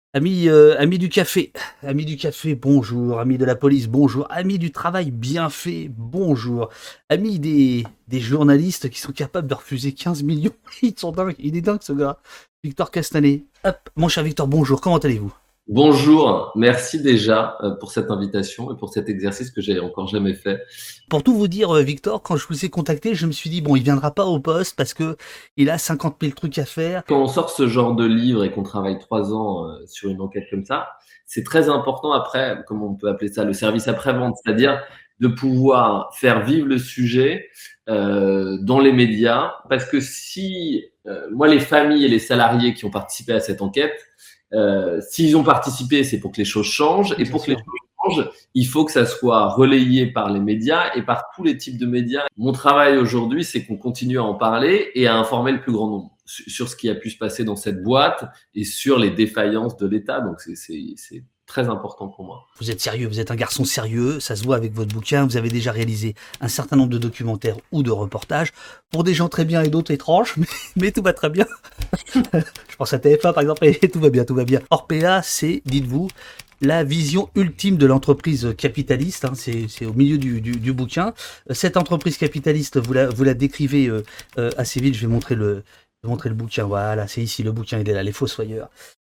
Amis du café, bonjour. Amis de la police, bonjour. Amis du travail bien fait, bonjour. Amis des journalistes qui sont capables de refuser 15 millions. Ils sont dingues, il est dingue ce gars. Victor Castanet. Hop, mon cher Victor, bonjour, comment allez-vous? Bonjour, merci déjà pour cette invitation et pour cet exercice que j'ai encore jamais fait. Pour tout vous dire, Victor, quand je vous ai contacté, je me suis dit, bon, il viendra pas au poste parce que il a 50 000 trucs à faire. Quand on sort ce genre de livre et qu'on travaille 3 ans sur une enquête comme ça, c'est très important après, comme on peut appeler ça, le service après-vente, c'est-à-dire de pouvoir faire vivre le sujet dans les médias, parce que si moi, les familles et les salariés qui ont participé à cette enquête, s'ils ont participé, c'est pour que les choses changent, et Bien pour que les sûr. choses changent, il faut que ça soit relayé par les médias et par tous les types de médias. Mon travail aujourd'hui, c'est qu'on continue à en parler et à informer le plus grand nombre sur ce qui a pu se passer dans cette boîte et sur les défaillances de l'État. Donc, c'est très important pour moi. Vous êtes sérieux, vous êtes un garçon sérieux, ça se voit avec votre bouquin, vous avez déjà réalisé un certain nombre de documentaires ou de reportages pour des gens très bien et d'autres étranges, mais tout va très bien. Je pense à TF1 par exemple, et tout va bien, tout va bien. Orpea, c'est, dites-vous, la vision ultime de l'entreprise capitaliste, hein, c'est au milieu du bouquin. Cette entreprise capitaliste, vous la décrivez assez vite, je vais montrer le bouquin, voilà, c'est ici le bouquin, il est là, les Fossoyeurs.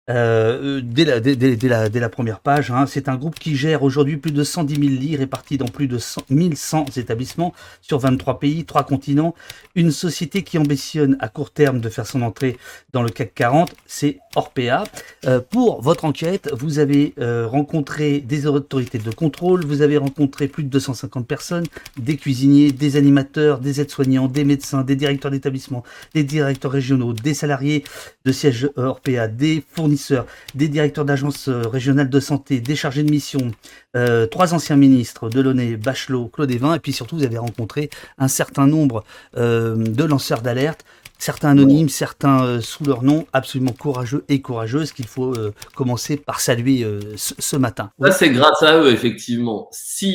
Dès la première page, hein, c'est un groupe qui gère aujourd'hui plus de 110 000 lits répartis dans plus de 1100 établissements sur 23 pays, 3 continents. Une société qui ambitionne à court terme de faire son entrée dans le CAC 40, c'est Orpea. Pour votre enquête, vous avez rencontré des autorités de contrôle, vous avez rencontré plus de 250 personnes, des cuisiniers, des animateurs, des aides-soignants, des médecins, des directeurs d'établissement, des directeurs régionaux, des salariés de siège Orpea, des fournisseurs, des directeurs d'agences régionales de santé, des chargés de mission, 3 anciens ministres, Delaunay, Bachelot, Claude Évin, et puis surtout vous avez rencontré un certain nombre de lanceurs d'alerte, certains anonymes, certains sous leur nom, absolument courageux et courageuses qu'il faut commencer par saluer ce matin. Ça, Oui. c'est grâce à eux, effectivement.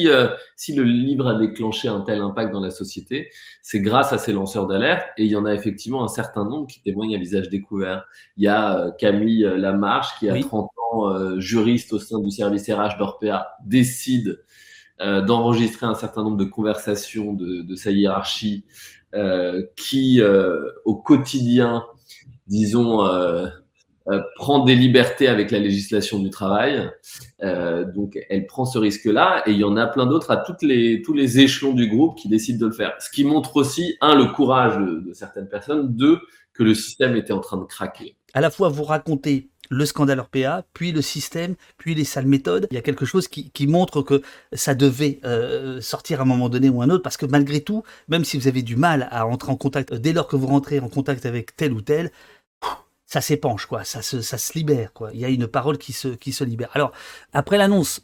Si le livre a déclenché un tel impact dans la société, c'est grâce à ces lanceurs d'alerte. Et il y en a effectivement un certain nombre qui témoignent à visage découvert. Il y a Camille Lamarche, qui a Oui. 30 ans, juriste au sein du service RH d'Orpea, décide d'enregistrer un certain nombre de conversations de sa hiérarchie qui, au quotidien, disons, prend des libertés avec la législation du travail. Donc, elle prend ce risque-là. Et il y en a plein d'autres à tous les échelons du groupe qui décident de le faire. Ce qui montre aussi, un, le courage de certaines personnes, deux, que le système était en train de craquer. À la fois vous racontez le scandale Orpea, puis le système, puis les sales méthodes. Il y a quelque chose qui montre que ça devait sortir à un moment donné ou un autre, parce que malgré tout, même si vous avez du mal à entrer en contact, dès lors que vous rentrez en contact avec tel ou tel, ça s'épanche, quoi, ça se libère, quoi. Il y a une parole qui se libère. Alors, après l'annonce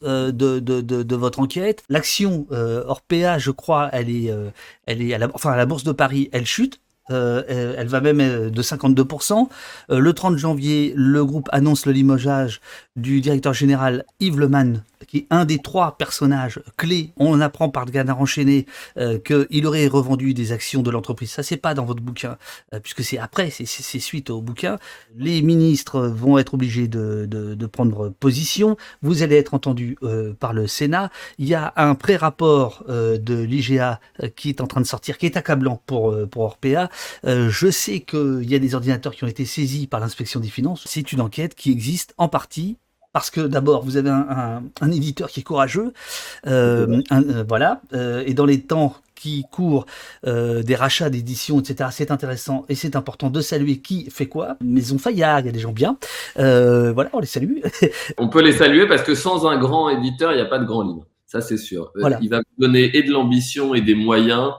de votre enquête, l'action Orpea, je crois, elle est à la Bourse de Paris, elle chute. Elle va même de 52%. Le 30 janvier, le groupe annonce le limogeage du directeur général Yves Lemann, qui est un des 3 personnages clés. On apprend par le Canard enchaîné qu'il aurait revendu des actions de l'entreprise. Ça, c'est pas dans votre bouquin, puisque c'est après, c'est suite au bouquin. Les ministres vont être obligés de prendre position. Vous allez être entendu par le Sénat. Il y a un pré-rapport de l'IGA qui est en train de sortir, qui est accablant pour Orpea. Je sais qu'il y a des ordinateurs qui ont été saisis par l'inspection des finances. C'est une enquête qui existe en partie parce que d'abord vous avez un éditeur qui est courageux, voilà, et dans les temps qui courent des rachats d'éditions, etc. C'est intéressant et c'est important de saluer qui fait quoi. Maison Fayard, il y a des gens bien, voilà, on les salue. On peut les saluer parce que sans un grand éditeur, il n'y a pas de grand livre. Ça, c'est sûr. Voilà. Il va me donner et de l'ambition et des moyens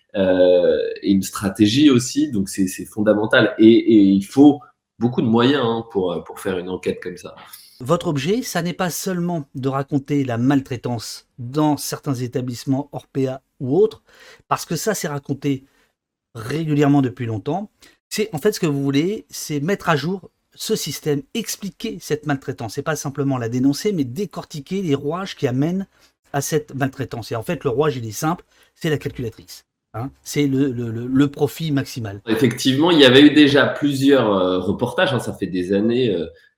et une stratégie aussi. Donc, c'est fondamental. Et il faut beaucoup de moyens pour faire une enquête comme ça. Votre objet, ça n'est pas seulement de raconter la maltraitance dans certains établissements Orpea ou autres, parce que ça, c'est raconté régulièrement depuis longtemps. C'est en fait ce que vous voulez, c'est mettre à jour ce système, expliquer cette maltraitance. C'est pas simplement la dénoncer, mais décortiquer les rouages qui amènent à cette maltraitance. Et en fait, le rouage, il est simple, c'est la calculatrice. Hein, c'est le profit maximal. Effectivement, il y avait eu déjà plusieurs reportages. Ça fait des années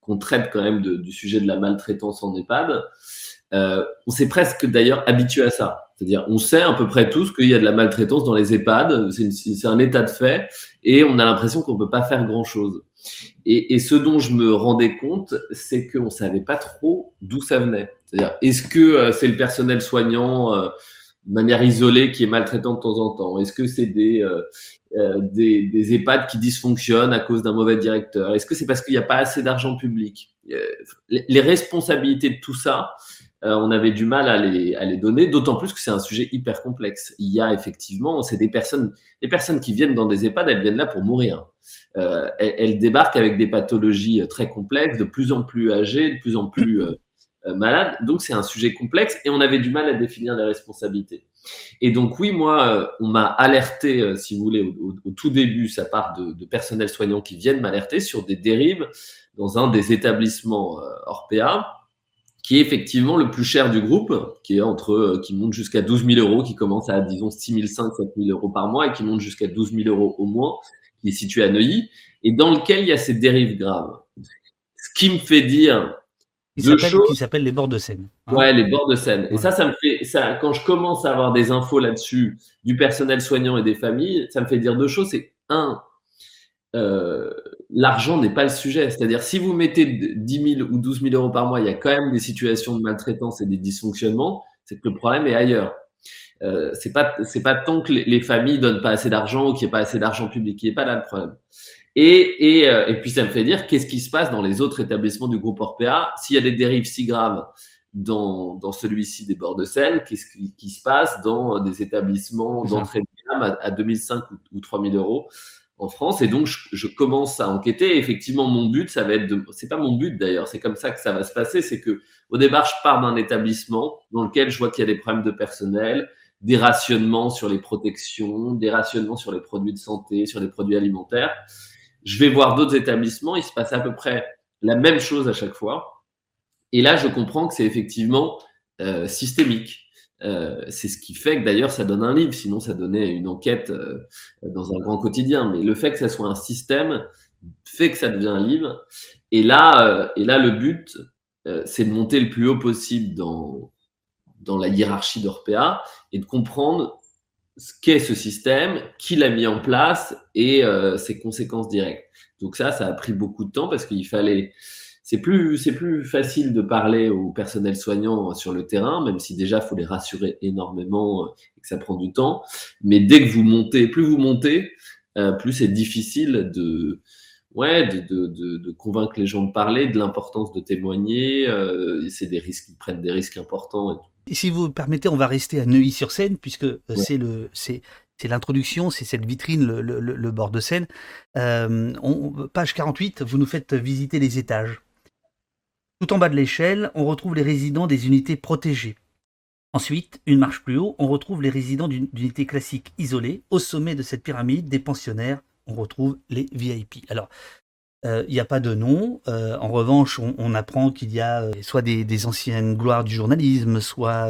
qu'on traite quand même du sujet de la maltraitance en EHPAD, on s'est presque d'ailleurs habitué à ça. C'est-à-dire, on sait à peu près tous qu'il y a de la maltraitance dans les EHPAD, c'est un état de fait, et on a l'impression qu'on ne peut pas faire grand-chose. Et ce dont je me rendais compte, c'est qu'on ne savait pas trop d'où ça venait. C'est-à-dire, est-ce que c'est le personnel soignant de manière isolée qui est maltraitant de temps en temps? Est-ce que c'est des EHPAD qui dysfonctionnent à cause d'un mauvais directeur? Est-ce que c'est parce qu'il n'y a pas assez d'argent public? Les responsabilités de tout ça, on avait du mal à les donner, d'autant plus que c'est un sujet hyper complexe. Il y a effectivement, c'est les personnes qui viennent dans des EHPAD, elles viennent là pour mourir. Elles débarquent avec des pathologies très complexes, de plus en plus âgées, de plus en plus malades. Donc c'est un sujet complexe et on avait du mal à définir les responsabilités. Et donc oui, moi, on m'a alerté, si vous voulez, au tout début, ça part de personnels soignants qui viennent m'alerter sur des dérives dans un des établissements Orpea, qui est effectivement le plus cher du groupe, qui est qui monte jusqu'à 12 000 euros, qui commence à, disons, 6 500, 7 000 euros par mois et qui monte jusqu'à 12 000 euros au moins, qui est situé à Neuilly, et dans lequel il y a ces dérives graves. Ce qui me fait dire qui s'appelle les bords de Seine. Hein. Ouais, les bords de Seine. Et ça me fait, quand je commence à avoir des infos là-dessus, du personnel soignant et des familles, ça me fait dire deux choses. C'est l'argent n'est pas le sujet. C'est-à-dire, si vous mettez 10 000 ou 12 000 euros par mois, il y a quand même des situations de maltraitance et des dysfonctionnements, c'est que le problème est ailleurs. C'est pas tant que les familles donnent pas assez d'argent ou qu'il n'y ait pas assez d'argent public, qui n'est pas là le problème. Et puis ça me fait dire qu'est-ce qui se passe dans les autres établissements du groupe Orpea s'il y a des dérives si graves dans celui-ci des bords de Seine, qu'est-ce qui se passe dans des établissements d'entrée de gamme à 2005 ou 3000 euros en France. Et donc je commence à enquêter. Et effectivement, mon but, ça va être c'est pas mon but d'ailleurs, c'est comme ça que ça va se passer, c'est que au départ, je pars d'un établissement dans lequel je vois qu'il y a des problèmes de personnel, des rationnements sur les protections, des rationnements sur les produits de santé, sur les produits alimentaires. Je vais voir d'autres établissements, il se passe à peu près la même chose à chaque fois. Et là, je comprends que c'est effectivement systémique. C'est ce qui fait que d'ailleurs, ça donne un livre, sinon ça donnait une enquête dans un grand quotidien. Mais le fait que ça soit un système fait que ça devient un livre. Et là le but, c'est de monter le plus haut possible dans la hiérarchie d'Orpea et de comprendre ce qu'est ce système, qui l'a mis en place et ses conséquences directes. Donc ça a pris beaucoup de temps parce qu'il fallait... C'est plus facile de parler au personnel soignant sur le terrain, même si déjà, il faut les rassurer énormément et que ça prend du temps. Mais dès que vous montez, plus vous montez, plus c'est difficile de convaincre les gens de parler, de l'importance de témoigner. C'est des risques, ils prennent des risques importants. Et si vous permettez, on va rester à Neuilly-sur-Seine, puisque c'est l'introduction, c'est cette vitrine, le bord de Seine. Page 48, vous nous faites visiter les étages. Tout en bas de l'échelle, on retrouve les résidents des unités protégées. Ensuite, une marche plus haut, on retrouve les résidents d'unités classiques isolées. Au sommet de cette pyramide des pensionnaires, on retrouve les VIP. Alors, il n'y a pas de nom. En revanche, on apprend qu'il y a soit des anciennes gloires du journalisme, soit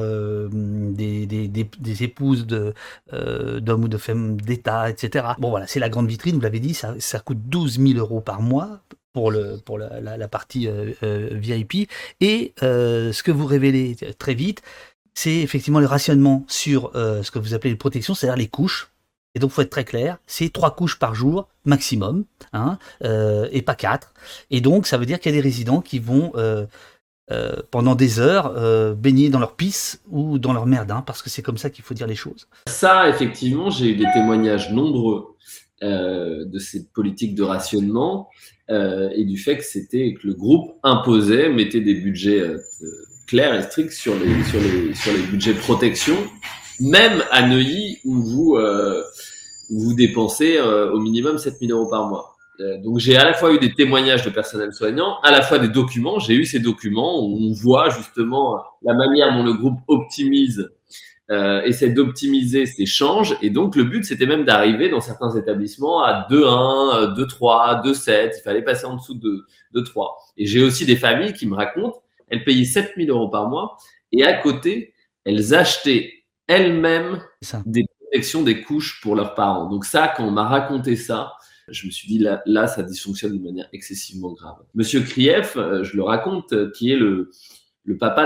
des épouses d'hommes ou de femmes d'État, etc. Bon voilà, c'est la grande vitrine, vous l'avez dit, ça coûte 12 000 euros par mois pour la partie VIP. Et ce que vous révélez très vite, c'est effectivement le rationnement sur ce que vous appelez les protections, c'est-à-dire les couches. Et donc, il faut être très clair, c'est 3 couches par jour maximum, et pas 4. Et donc, ça veut dire qu'il y a des résidents qui vont, pendant des heures, baigner dans leur pisse ou dans leur merde, parce que c'est comme ça qu'il faut dire les choses. Ça, effectivement, j'ai eu des témoignages nombreux de cette politique de rationnement et du fait que le groupe imposait, mettait des budgets clairs et stricts sur les budgets protection, même à Neuilly où vous dépensez au minimum 7 000 euros par mois. Donc j'ai à la fois eu des témoignages de personnel soignant, à la fois des documents. J'ai eu ces documents où on voit justement la manière dont le groupe optimise, essaie d'optimiser ses changes. Et donc le but, c'était même d'arriver dans certains établissements à 2,1, 2,3, 2,7. Il fallait passer en dessous de 2,3. Et j'ai aussi des familles qui me racontent, elles payaient 7 000 euros par mois et à côté, elles achetaient elles-mêmes des protections des couches pour leurs parents. Donc ça, quand on m'a raconté ça, Je me suis dit, là, ça dysfonctionne de manière excessivement grave. Monsieur Krief, je le raconte, qui est le papa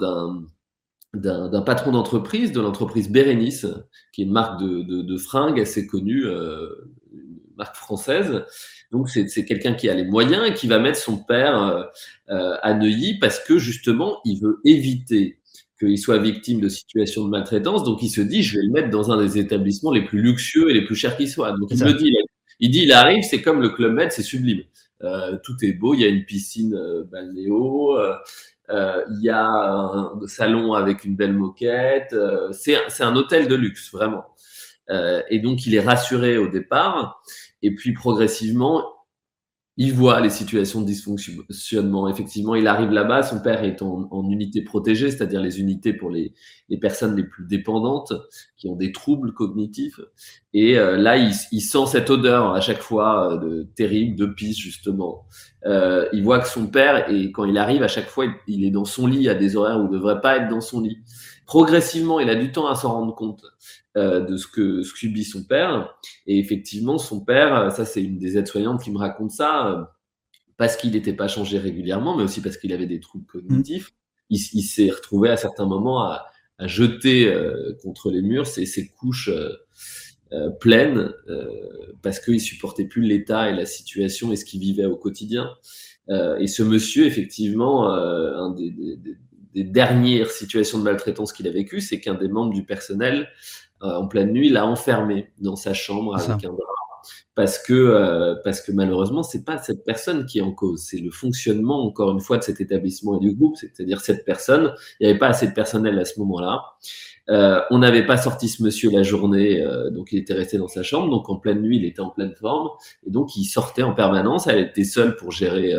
d'un patron d'entreprise, de l'entreprise Bérénice, qui est une marque de fringues assez connue, une marque française. Donc, c'est quelqu'un qui a les moyens et qui va mettre son père à Neuilly parce que, justement, il veut éviter qu'il soit victime de situations de maltraitance. Donc, il se dit, je vais le mettre dans un des établissements les plus luxueux et les plus chers qui soient. Donc, il me dit, il arrive, c'est comme le Club Med, c'est sublime. Tout est beau, il y a une piscine balnéo, il y a un salon avec une belle moquette. C'est un hôtel de luxe, vraiment. Et donc, il est rassuré au départ. Et puis, progressivement, il voit les situations de dysfonctionnement. Effectivement, il arrive là-bas. Son père est en unité protégée, c'est-à-dire les unités pour les personnes les plus dépendantes, qui ont des troubles cognitifs. Et là, il sent cette odeur à chaque fois terrible de pisse, justement. Il voit que son père, et quand il arrive, à chaque fois, il est dans son lit à des horaires où il ne devrait pas être dans son lit. Progressivement, il a du temps à s'en rendre compte de ce que subit son père. Et effectivement, son père, ça c'est une des aides-soignantes qui me raconte ça, parce qu'il n'était pas changé régulièrement, mais aussi parce qu'il avait des troubles cognitifs. Il s'est retrouvé à certains moments à jeter contre les murs ses couches pleines, parce qu'il supportait plus l'état et la situation et ce qu'il vivait au quotidien. Et ce monsieur, effectivement, un des dernières situations de maltraitance qu'il a vécues, c'est qu'un des membres du personnel, en pleine nuit, l'a enfermé dans sa chambre avec un drap. Parce que malheureusement, c'est pas cette personne qui est en cause, c'est le fonctionnement, encore une fois, de cet établissement et du groupe, c'est-à-dire cette personne. Il n'y avait pas assez de personnel à ce moment-là. On n'avait pas sorti ce monsieur la journée, donc il était resté dans sa chambre. Donc en pleine nuit, il était en pleine forme, et donc il sortait en permanence. Elle était seule pour gérer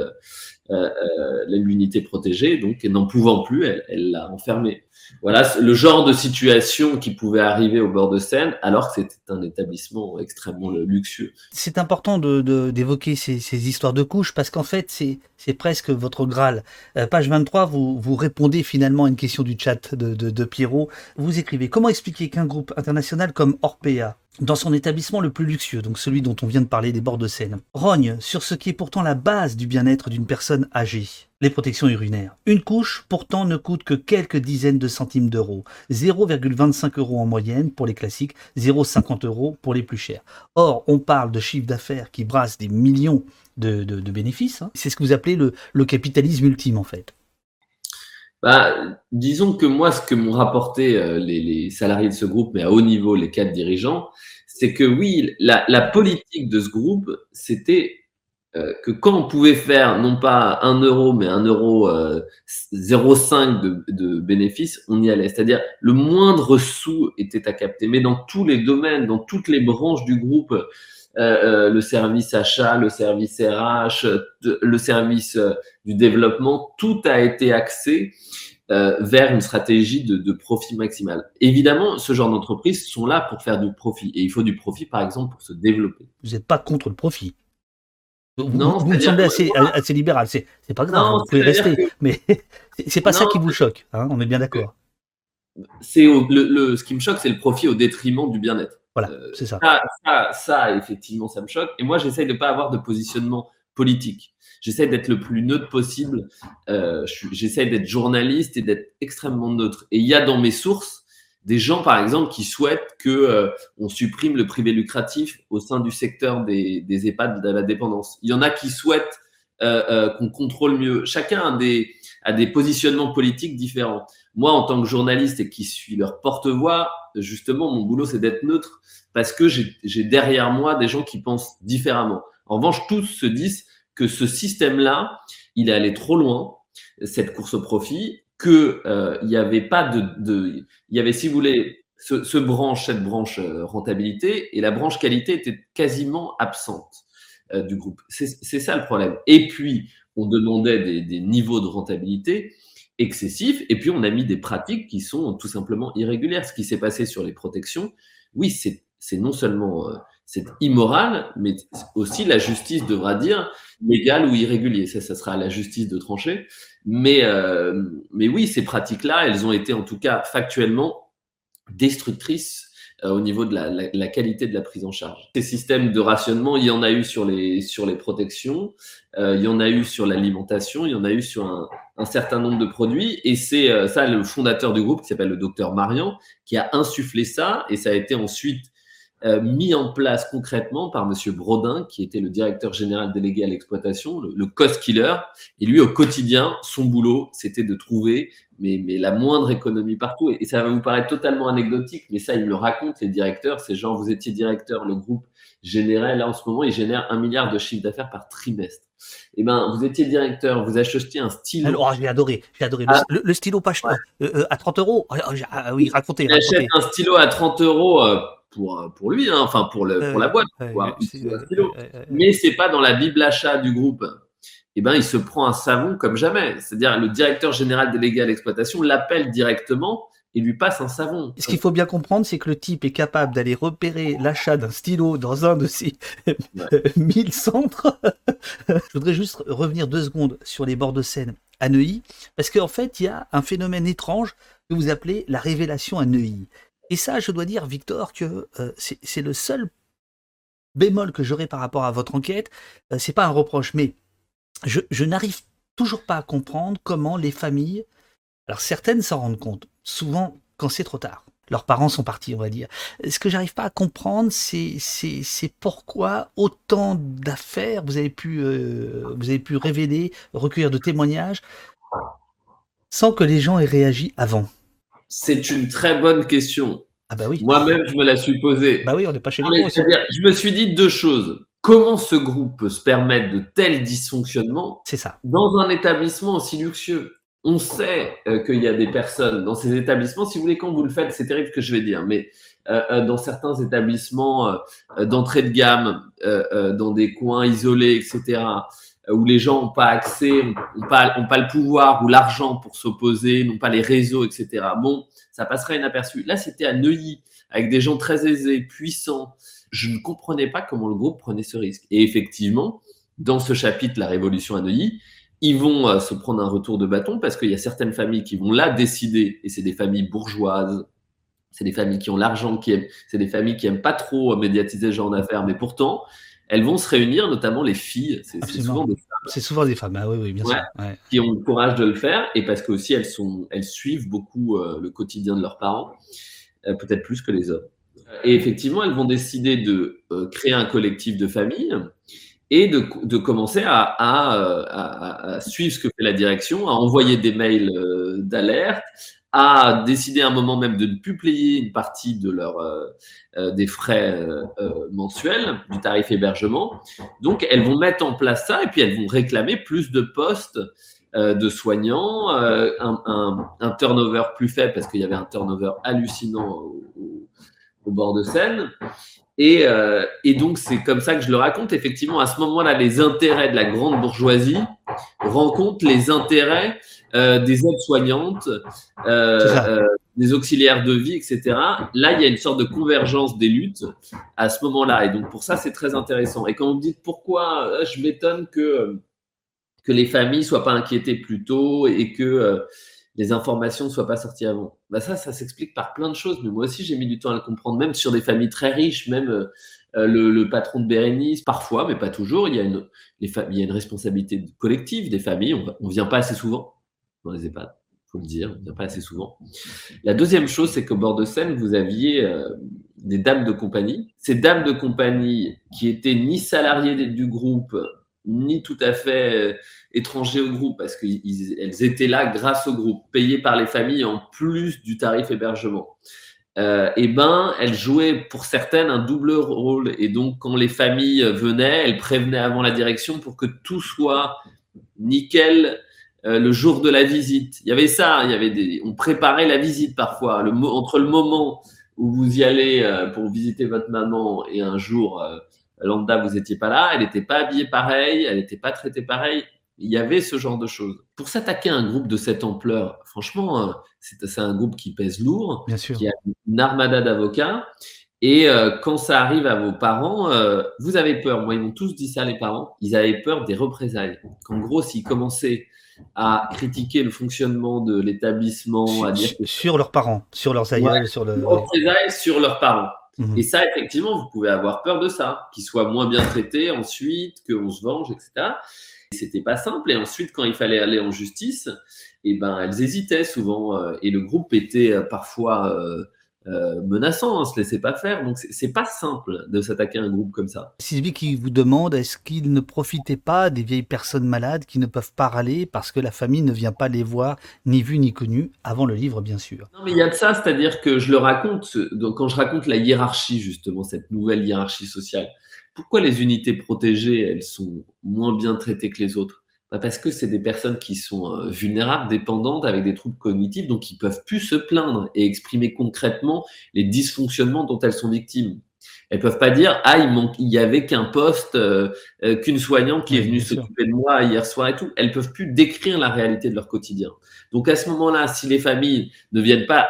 l'unité protégée, donc n'en pouvant plus, elle l'a enfermé. Voilà le genre de situation qui pouvait arriver au bord de Seine, alors que c'était un établissement extrêmement luxueux. C'est important d'évoquer ces histoires de couches, parce qu'en fait, c'est presque votre Graal. Page 23, vous répondez finalement à une question du chat de Pierrot. Vous écrivez: comment expliquer qu'un groupe international comme Orpea, dans son établissement le plus luxueux, donc celui dont on vient de parler des bords de Seine, rogne sur ce qui est pourtant la base du bien-être d'une personne âgée, les protections urinaires. Une couche, pourtant, ne coûte que quelques dizaines de centimes d'euros. 0,25 € en moyenne pour les classiques, 0,50 € pour les plus chers. Or, on parle de chiffre d'affaires qui brasse des millions de bénéfices. C'est ce que vous appelez le capitalisme ultime, en fait. Disons que moi, ce que m'ont rapporté les salariés de ce groupe, mais à haut niveau, les 4 dirigeants, c'est que oui, la politique de ce groupe, c'était que quand on pouvait faire non pas 1 € mais 0,5 € de bénéfices, on y allait. C'est-à-dire le moindre sou était à capter. Mais dans tous les domaines, dans toutes les branches du groupe, le service achat, le service RH, le service du développement, tout a été axé vers une stratégie de profit maximal. Évidemment, ce genre d'entreprises sont là pour faire du profit. Et il faut du profit, par exemple, pour se développer. Vous n'êtes pas contre le profit. Non, vous me semblez assez libéral. C'est pas grave, vous pouvez rester. Mais c'est pas ça qui vous choque, hein, on est bien d'accord. Ce qui me choque, c'est le profit au détriment du bien-être. Voilà, c'est ça. Ça, effectivement, ça me choque. Et moi, j'essaye de ne pas avoir de positionnement politique. J'essaie d'être le plus neutre possible. J'essaie d'être journaliste et d'être extrêmement neutre. Et il y a dans mes sources des gens, par exemple, qui souhaitent qu'on supprime le privé lucratif au sein du secteur des EHPAD de la dépendance. Il y en a qui souhaitent qu'on contrôle mieux. Chacun a des positionnements politiques différents. Moi, en tant que journaliste et qui suis leur porte-voix, justement, mon boulot, c'est d'être neutre parce que j'ai derrière moi des gens qui pensent différemment. En revanche, tous se disent que ce système-là, il est allé trop loin, cette course au profit, que il y avait pas il y avait, si vous voulez, cette branche rentabilité, et la branche qualité était quasiment absente du groupe. C'est ça le problème. Et puis, on demandait des niveaux de rentabilité excessifs, et puis on a mis des pratiques qui sont tout simplement irrégulières. Ce qui s'est passé sur les protections, oui, c'est non seulement c'est immoral, mais aussi la justice devra dire légal ou irrégulier. Ça sera à la justice de trancher. Mais oui, ces pratiques-là, elles ont été en tout cas factuellement destructrices au niveau de la qualité de la prise en charge. Ces systèmes de rationnement, il y en a eu sur les protections, il y en a eu sur l'alimentation, il y en a eu sur un certain nombre de produits. Et c'est ça le fondateur du groupe, qui s'appelle le docteur Marian, qui a insufflé ça. Et ça a été ensuite mis en place concrètement par Monsieur Brodin, qui était le directeur général délégué à l'exploitation, le cost killer. Et lui, au quotidien, son boulot, c'était de trouver mais la moindre économie partout. Et ça va vous paraître totalement anecdotique, mais ça, ils me le racontent, les directeurs. C'est genre, vous étiez directeur, le groupe générait, là, en ce moment, il génère 1 milliard de chiffre d'affaires par trimestre. Eh ben, vous étiez directeur, vous achetiez un stylo. Alors, j'ai adoré. Le stylo pas cher, à 30 €. Oui, racontez. Il achète un stylo à 30 € pour lui, hein, enfin pour la boîte, quoi, un stylo. Mais c'est pas dans la bible achat du groupe. Eh ben, il se prend un savon comme jamais. C'est-à-dire, le directeur général délégué à l'exploitation l'appelle directement et lui passe un savon. Ce qu'il faut bien comprendre, c'est que le type est capable d'aller repérer l'achat d'un stylo dans un de ses 1000 centres. Je voudrais juste revenir 2 secondes sur les bords de Seine à Neuilly, parce qu'en fait, il y a un phénomène étrange que vous appelez la révélation à Neuilly. Et ça, je dois dire, Victor, que c'est le seul bémol que j'aurais par rapport à votre enquête. C'est pas un reproche, mais je n'arrive toujours pas à comprendre comment les familles, alors certaines s'en rendent compte, souvent quand c'est trop tard. Leurs parents sont partis, on va dire. Ce que j'arrive pas à comprendre, c'est pourquoi autant d'affaires vous avez pu révéler, recueillir de témoignages, sans que les gens aient réagi avant. C'est une très bonne question. Ah bah oui. Moi-même, je me la suis posée. Bah oui, on n'est pas chez les grosses. Je me suis dit 2 choses. Comment ce groupe peut se permettre de tels dysfonctionnements C'est ça. Dans un établissement aussi luxueux? On sait qu'il y a des personnes dans ces établissements, si vous voulez, quand vous le faites, c'est terrible ce que je vais dire, mais dans certains établissements d'entrée de gamme, dans des coins isolés, etc., où les gens n'ont pas accès, n'ont pas le pouvoir ou l'argent pour s'opposer, n'ont pas les réseaux, etc. Bon, ça passerait inaperçu. Là, c'était à Neuilly, avec des gens très aisés, puissants. Je ne comprenais pas comment le groupe prenait ce risque. Et effectivement, dans ce chapitre, la révolution à Neuilly, ils vont se prendre un retour de bâton parce qu'il y a certaines familles qui vont là décider, et c'est des familles bourgeoises, c'est des familles qui ont l'argent, c'est des familles qui n'aiment pas trop médiatiser ce genre d'affaires, mais pourtant, elles vont se réunir, notamment les filles. C'est souvent des femmes. C'est souvent des femmes, ah oui, bien sûr. Ouais. Qui ont le courage de le faire, et parce qu'aussi elles suivent beaucoup le quotidien de leurs parents, peut-être plus que les hommes. Et effectivement, elles vont décider de créer un collectif de familles et de commencer à suivre ce que fait la direction, à envoyer des mails d'alerte, à décider à un moment même de ne plus payer une partie de des frais mensuels, du tarif hébergement. Donc, elles vont mettre en place ça et puis elles vont réclamer plus de postes de soignants, un turnover plus faible parce qu'il y avait un turnover hallucinant au bord de Seine. Et donc, c'est comme ça que je le raconte. Effectivement, à ce moment-là, les intérêts de la grande bourgeoisie rencontrent les intérêts des aides-soignantes, des auxiliaires de vie, etc. Là, il y a une sorte de convergence des luttes à ce moment-là. Et donc, pour ça, c'est très intéressant. Et quand vous me dites pourquoi je m'étonne que les familles ne soient pas inquiétées plus tôt et que les informations ne soient pas sorties avant. Bah ça s'explique par plein de choses, mais moi aussi j'ai mis du temps à le comprendre, même sur des familles très riches, même le patron de Bérénice, parfois, mais pas toujours, il y a une responsabilité collective des familles, on vient pas assez souvent dans les EHPAD, faut le dire, on vient pas assez souvent. La deuxième chose, c'est qu'au bord de Seine, vous aviez des dames de compagnie. Ces dames de compagnie qui étaient ni salariées du groupe, ni tout à fait étrangers au groupe, parce qu'elles étaient là grâce au groupe, payées par les familles en plus du tarif hébergement. Elles jouaient pour certaines un double rôle. Et donc, quand les familles venaient, elles prévenaient avant la direction pour que tout soit nickel le jour de la visite. Il y avait ça, on préparait la visite parfois. Entre le moment où vous y allez pour visiter votre maman et un jour lambda, vous n'étiez pas là, elle n'était pas habillée pareil, elle n'était pas traitée pareil. Il y avait ce genre de choses. Pour s'attaquer à un groupe de cette ampleur, franchement, c'est un groupe qui pèse lourd, qui a une armada d'avocats. Et quand ça arrive à vos parents, vous avez peur. Moi, ils m'ont tous dit ça, les parents. Ils avaient peur des représailles. Qu'en gros, s'ils commençaient à critiquer le fonctionnement de l'établissement, à dire que sur leurs parents, sur leurs aïeuls, ouais, sur le. représailles sur leurs parents. Mhm. Et ça, effectivement, vous pouvez avoir peur de ça, qu'ils soient moins bien traités ensuite, qu'on se venge, etc. Et c'était pas simple. Et ensuite, quand il fallait aller en justice, eh ben, elles hésitaient souvent. Et le groupe était parfois menaçant, se laissait pas faire. Donc, c'est pas simple de s'attaquer à un groupe comme ça. Sylvie qui vous demande, est-ce qu'ils ne profitaient pas des vieilles personnes malades qui ne peuvent pas râler parce que la famille ne vient pas les voir, ni vues ni connues, avant le livre, bien sûr. Non, mais il y a de ça, c'est-à-dire que je le raconte, donc quand je raconte la hiérarchie, justement, cette nouvelle hiérarchie sociale, pourquoi les unités protégées, elles sont moins bien traitées que les autres? Bah parce que c'est des personnes qui sont vulnérables, dépendantes, avec des troubles cognitifs, donc ils peuvent plus se plaindre et exprimer concrètement les dysfonctionnements dont elles sont victimes. Elles peuvent pas dire ah il y avait qu'un poste, qu'une soignante qui est Oui, venue bien sûr. s'occuper de moi hier soir et tout. Elles peuvent plus décrire la réalité de leur quotidien. Donc à ce moment-là, si les familles ne viennent pas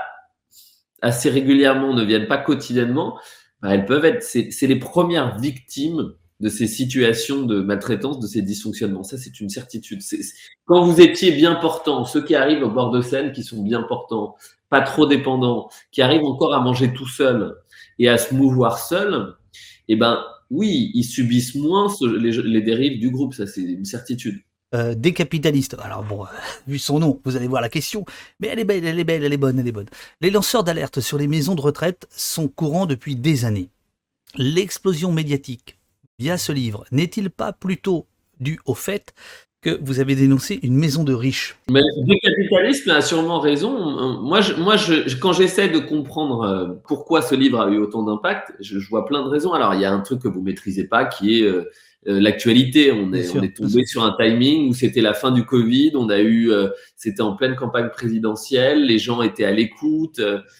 assez régulièrement, ne viennent pas quotidiennement, bah, elles peuvent être, c'est les premières victimes de ces situations de maltraitance, de ces dysfonctionnements. Ça, c'est une certitude. Quand vous étiez bien portant, ceux qui arrivent au bord de Seine, qui sont bien portants, pas trop dépendants, qui arrivent encore à manger tout seul et à se mouvoir seul, eh ben oui, ils subissent moins les dérives du groupe. Ça, c'est une certitude. Décapitaliste. Alors bon, vu son nom, vous allez voir la question, mais elle est belle, elle est belle, elle est bonne, elle est bonne. Les lanceurs d'alerte sur les maisons de retraite sont courants depuis des années. L'explosion médiatique via ce livre n'est-il pas plutôt due au fait que vous avez dénoncé une maison de riches? Mais le capitalisme a sûrement raison. Quand j'essaie de comprendre pourquoi ce livre a eu autant d'impact, je vois plein de raisons. Alors, il y a un truc que vous maîtrisez pas, qui est l'actualité. On Bien est, on sûr, est bien sûr. tombé sur un timing où c'était la fin du Covid. C'était en pleine campagne présidentielle. Les gens étaient à l'écoute.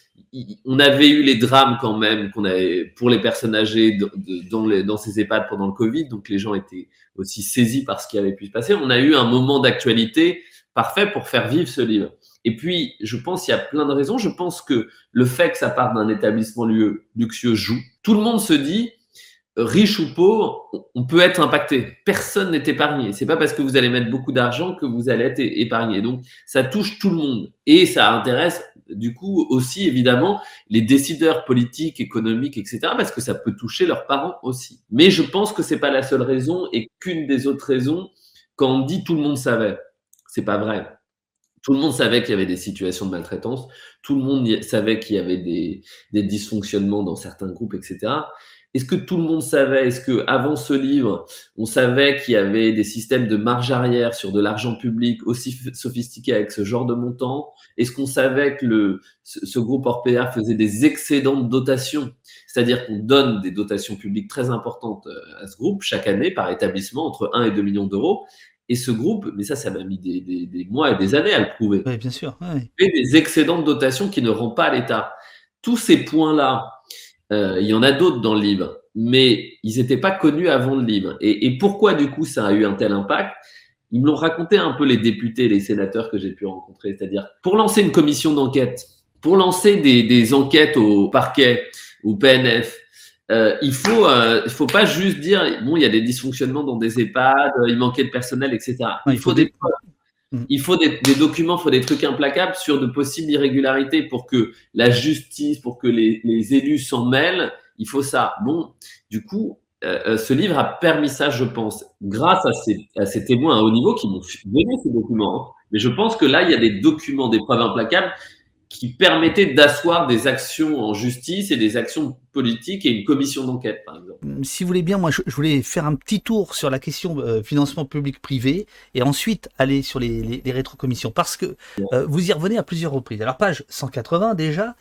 On avait eu les drames quand même qu'on avait pour les personnes âgées dans ces EHPAD pendant le Covid. Donc, les gens étaient aussi saisis par ce qui avait pu se passer. On a eu un moment d'actualité parfait pour faire vivre ce livre. Et puis, je pense qu'il y a plein de raisons. Je pense que le fait que ça parte d'un établissement luxueux joue. Tout le monde se dit, riche ou pauvre, on peut être impacté. Personne n'est épargné. C'est pas parce que vous allez mettre beaucoup d'argent que vous allez être épargné. Donc, ça touche tout le monde. Et ça intéresse, du coup, aussi, évidemment, les décideurs politiques, économiques, etc., parce que ça peut toucher leurs parents aussi. Mais je pense que c'est pas la seule raison et qu'une des autres raisons, quand on dit tout le monde savait, c'est pas vrai. Tout le monde savait qu'il y avait des situations de maltraitance. Tout le monde savait qu'il y avait des dysfonctionnements dans certains groupes, etc. Est-ce que tout le monde savait? Est-ce que avant ce livre, on savait qu'il y avait des systèmes de marge arrière sur de l'argent public aussi sophistiqués avec ce genre de montant? Est-ce qu'on savait que ce groupe Orpea faisait des excédents de dotation? C'est-à-dire qu'on donne des dotations publiques très importantes à ce groupe chaque année par établissement, entre 1 et 2 millions d'euros. Et ce groupe, mais ça m'a mis des mois et des années à le prouver, Oui, bien sûr. Ouais. fait des excédents de dotation qui ne rendent pas à l'État. Tous ces points-là, il y en a d'autres dans le livre, mais ils n'étaient pas connus avant le livre. Et pourquoi, du coup, ça a eu un tel impact? Ils me l'ont raconté un peu les députés, les sénateurs que j'ai pu rencontrer. C'est-à-dire, pour lancer une commission d'enquête, pour lancer des enquêtes au parquet, au PNF, il faut pas juste dire bon, il y a des dysfonctionnements dans des EHPAD, il manquait de personnel, etc. Ouais, Il faut des preuves. Il faut des documents, il faut des trucs implacables sur de possibles irrégularités pour que la justice, pour que les élus s'en mêlent. Il faut ça. Bon, du coup, ce livre a permis ça, je pense, grâce à ces témoins à haut niveau qui m'ont donné ces documents. Hein. Mais je pense que là, il y a des documents, des preuves implacables qui permettait d'asseoir des actions en justice et des actions politiques et une commission d'enquête, par exemple. Si vous voulez bien, moi, je voulais faire un petit tour sur la question financement public-privé et ensuite aller sur les rétrocommissions parce que vous y revenez à plusieurs reprises. Alors, page 180 déjà,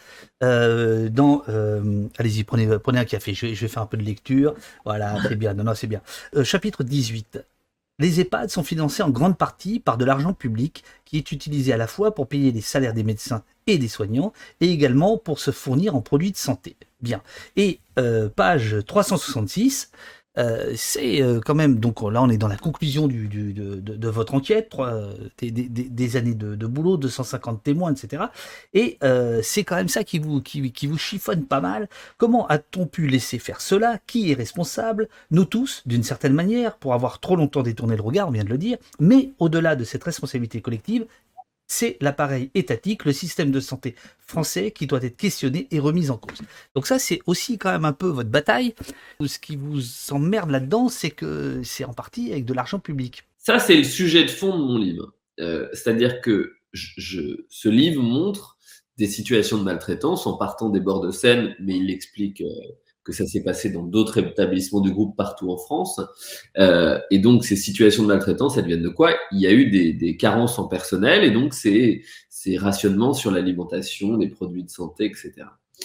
allez-y, prenez un café, je vais faire un peu de lecture. Voilà, c'est bien, non, c'est bien. Chapitre 18. Les EHPAD sont financés en grande partie par de l'argent public qui est utilisé à la fois pour payer les salaires des médecins et des soignants et également pour se fournir en produits de santé. Bien. Et page 366, C'est quand même, donc là on est dans la conclusion de votre enquête, des années de boulot, 250 témoins, etc. Et c'est quand même ça qui vous chiffonne pas mal. Comment a-t-on pu laisser faire cela? Qui est responsable? Nous tous, d'une certaine manière, pour avoir trop longtemps détourné le regard, on vient de le dire, mais au-delà de cette responsabilité collective, c'est l'appareil étatique, le système de santé français qui doit être questionné et remis en cause. Donc ça, c'est aussi quand même un peu votre bataille. Ce qui vous emmerde là-dedans, c'est que c'est en partie avec de l'argent public. Ça, c'est le sujet de fond de mon livre. C'est-à-dire que ce livre montre des situations de maltraitance en partant des bords de Seine, mais il explique que ça s'est passé dans d'autres établissements du groupe partout en France. Et donc, ces situations de maltraitance, elles viennent de quoi? Il y a eu des carences en personnel, et donc c'est rationnement sur l'alimentation, les produits de santé, etc.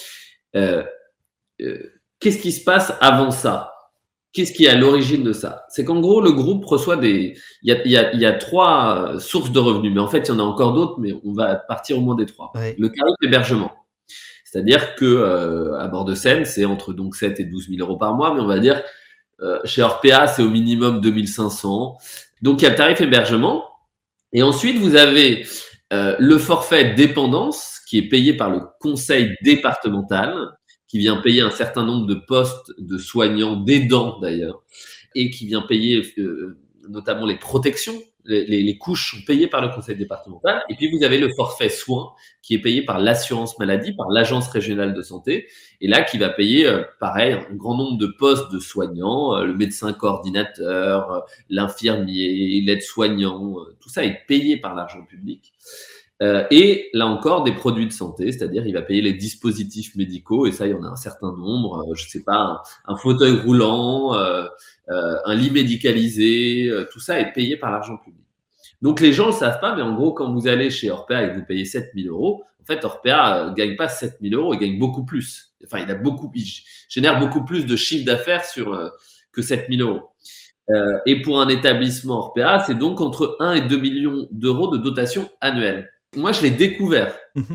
Qu'est-ce qui se passe avant ça? Qu'est-ce qui est à l'origine de ça? C'est qu'en gros, le groupe reçoit il y a 3 sources de revenus, mais en fait, il y en a encore d'autres, mais on va partir au moins des 3. Ouais. Le tarif hébergement. C'est-à-dire que à bord de Seine, c'est entre donc 7 et 12 000 euros par mois, mais on va dire chez Orpea, c'est au minimum 2 500. Donc, il y a le tarif hébergement. Et ensuite, vous avez le forfait dépendance qui est payé par le conseil départemental, qui vient payer un certain nombre de postes de soignants, d'aidants d'ailleurs, et qui vient payer notamment les protections. Les couches sont payées par le conseil départemental. Et puis, vous avez le forfait soins qui est payé par l'assurance maladie, par l'agence régionale de santé. Et là, qui va payer, pareil, un grand nombre de postes de soignants, le médecin coordinateur, l'infirmier, l'aide-soignant, tout ça est payé par l'argent public. Et là encore, des produits de santé, c'est-à-dire il va payer les dispositifs médicaux, et ça, il y en a un certain nombre, je sais pas, un fauteuil roulant, un lit médicalisé, tout ça est payé par l'argent public. Donc les gens ne le savent pas, mais en gros, quand vous allez chez Orpea et que vous payez 7 000 euros, en fait, Orpea ne gagne pas 7 000 euros, il gagne beaucoup plus. Enfin, il génère beaucoup plus de chiffre d'affaires que 7 000 euros. Et pour un établissement Orpea, c'est donc entre 1 et 2 millions d'euros de dotation annuelle. Moi, je l'ai découvert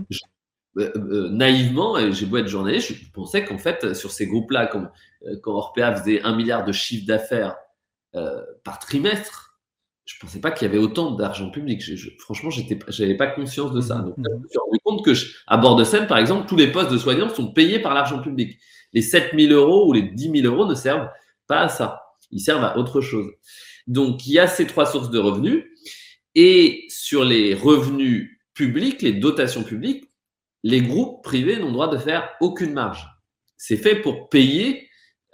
naïvement, et j'ai beau être journaliste, je pensais qu'en fait, sur ces groupes-là, quand Orpea faisait 1 milliard de chiffre d'affaires par trimestre, je pensais pas qu'il y avait autant d'argent public. Franchement, j'avais pas conscience de ça. Donc, je me suis rendu compte que à bord de Seine, par exemple, tous les postes de soignants sont payés par l'argent public. Les 7 000 euros ou les 10 000 euros ne servent pas à ça. Ils servent à autre chose. Donc, il y a ces 3 sources de revenus. Et sur les revenus publics, les dotations publiques, les groupes privés n'ont droit de faire aucune marge. C'est fait pour payer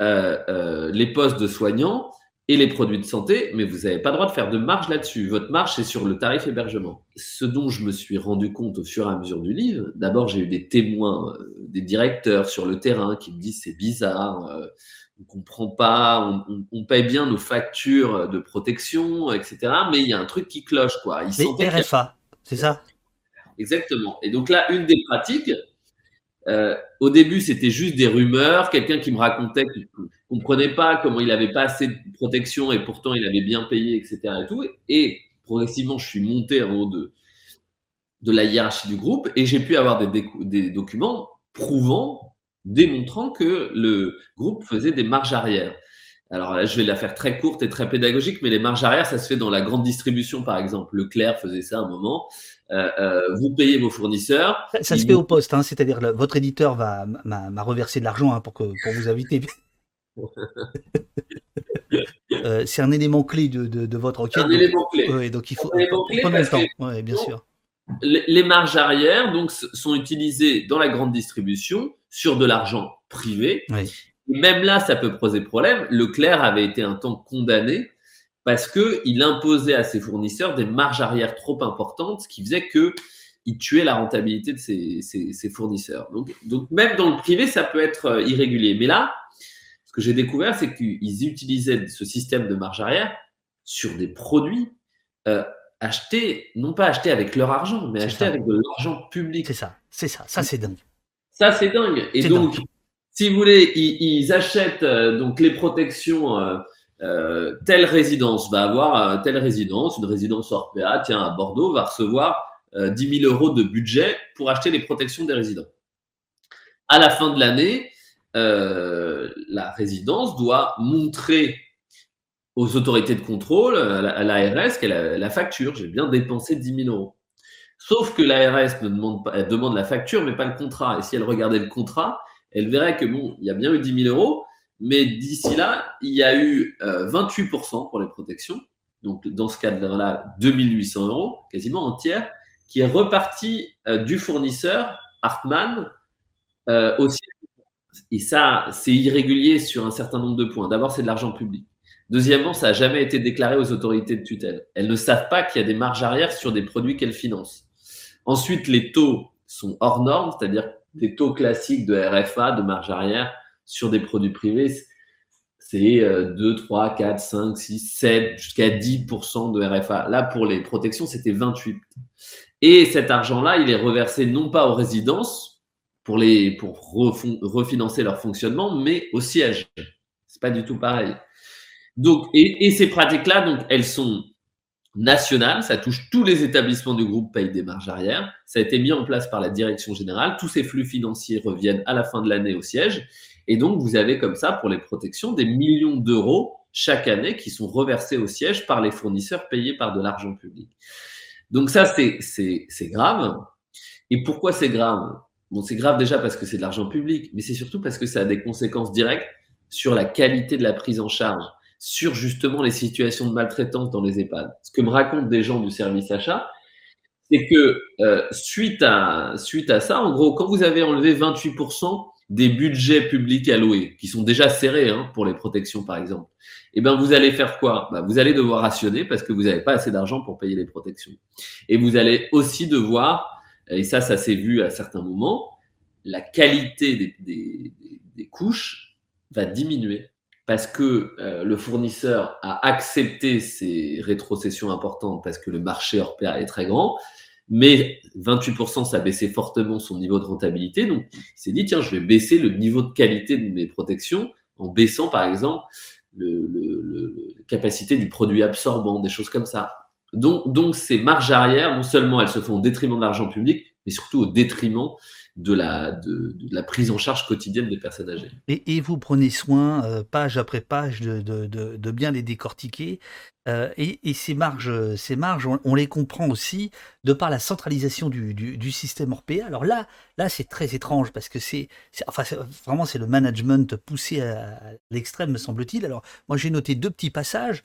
les postes de soignants et les produits de santé, mais vous n'avez pas le droit de faire de marge là-dessus. Votre marge, c'est sur le tarif hébergement. Ce dont je me suis rendu compte au fur et à mesure du livre, d'abord, j'ai eu des témoins, des directeurs sur le terrain qui me disent c'est bizarre, on comprend pas, on paye bien nos factures de protection, etc. Mais il y a un truc qui cloche, quoi. Les RFA, c'est ça? Exactement. Et donc là, une des pratiques, au début, c'était juste des rumeurs, quelqu'un qui me racontait qu'il ne comprenait pas comment il n'avait pas assez de protection et pourtant il avait bien payé, etc. Et tout. Et progressivement, je suis monté en haut de la hiérarchie du groupe et j'ai pu avoir des documents démontrant que le groupe faisait des marges arrière. Alors là, je vais la faire très courte et très pédagogique, mais les marges arrière, ça se fait dans la grande distribution, par exemple. Leclerc faisait ça à un moment. Vous payez vos fournisseurs. Ça se fait au poste, hein, c'est-à-dire votre éditeur m'a reversé de l'argent pour vous inviter. C'est un élément clé de votre enquête. Un élément clé. Ouais, donc il faut prendre le temps. Ouais, bien sûr. Les marges arrière donc, sont utilisées dans la grande distribution sur de l'argent privé. Oui. Même là, ça peut poser problème. Leclerc avait été un temps condamné parce qu'il imposait à ses fournisseurs des marges arrière trop importantes, ce qui faisait qu'il tuait la rentabilité de ses fournisseurs. Donc, même dans le privé, ça peut être irrégulier. Mais là, ce que j'ai découvert, c'est qu'ils utilisaient ce système de marge arrière sur des produits achetés, non pas achetés avec leur argent, mais achetés avec de l'argent public. C'est ça. Ça, c'est dingue. Ça, c'est dingue. Et donc, si vous voulez, ils achètent donc les protections. Telle résidence va avoir telle résidence, une résidence Orpea, tiens, à Bordeaux, va recevoir 10 000 euros de budget pour acheter les protections des résidents. À la fin de l'année, la résidence doit montrer aux autorités de contrôle, à l'ARS, qu'elle a la facture. J'ai bien dépensé 10 000 euros. Sauf que l'ARS ne demande pas, elle demande la facture, mais pas le contrat. Et si elle regardait le contrat, elle verrait que bon, il y a bien eu 10 000 euros, mais d'ici là, il y a eu 28% pour les protections. Donc, dans ce cadre-là, 2 800 euros, quasiment entière, qui est reparti du fournisseur, Hartmann, aussi. Et ça, c'est irrégulier sur un certain nombre de points. D'abord, c'est de l'argent public. Deuxièmement, ça n'a jamais été déclaré aux autorités de tutelle. Elles ne savent pas qu'il y a des marges arrière sur des produits qu'elles financent. Ensuite, les taux sont hors normes, c'est-à-dire des taux classiques de RFA, de marge arrière, sur des produits privés, c'est 2, 3, 4, 5, 6, 7, jusqu'à 10% de RFA. Là, pour les protections, c'était 28. Et cet argent-là, il est reversé non pas aux résidences pour refinancer leur fonctionnement, mais au siège. C'est pas du tout pareil. Donc, et ces pratiques-là, donc, elles sont nationales, ça touche tous les établissements du groupe payent des marges arrière. Ça a été mis en place par la direction générale. Tous ces flux financiers reviennent à la fin de l'année au siège. Et donc, vous avez comme ça, pour les protections, des millions d'euros chaque année qui sont reversés au siège par les fournisseurs payés par de l'argent public. Donc ça, c'est grave. Et pourquoi c'est grave? Bon, c'est grave déjà parce que c'est de l'argent public, mais c'est surtout parce que ça a des conséquences directes sur la qualité de la prise en charge, sur justement les situations de maltraitance dans les EHPAD. Ce que me racontent des gens du service achat, c'est que suite à ça, en gros, quand vous avez enlevé 28% des budgets publics alloués, qui sont déjà serrés pour les protections par exemple, eh ben vous allez faire quoi? Vous allez devoir rationner parce que vous n'avez pas assez d'argent pour payer les protections. Et vous allez aussi devoir, et ça s'est vu à certains moments, la qualité des couches va diminuer parce que le fournisseur a accepté ces rétrocessions importantes parce que le marché Orpea est très grand, mais 28%, ça a baissé fortement son niveau de rentabilité. Donc, il s'est dit, tiens, je vais baisser le niveau de qualité de mes protections en baissant, par exemple, la capacité du produit absorbant, des choses comme ça. Donc ces marges arrière, non seulement elles se font au détriment de l'argent public, mais surtout au détriment de la prise en charge quotidienne des personnes âgées. Et vous prenez soin, page après page, de bien les décortiquer. Et ces marges, on les comprend aussi de par la centralisation du système Orpea. Alors là c'est très étrange parce que vraiment c'est le management poussé à l'extrême, me semble-t-il. Alors moi j'ai noté deux petits passages.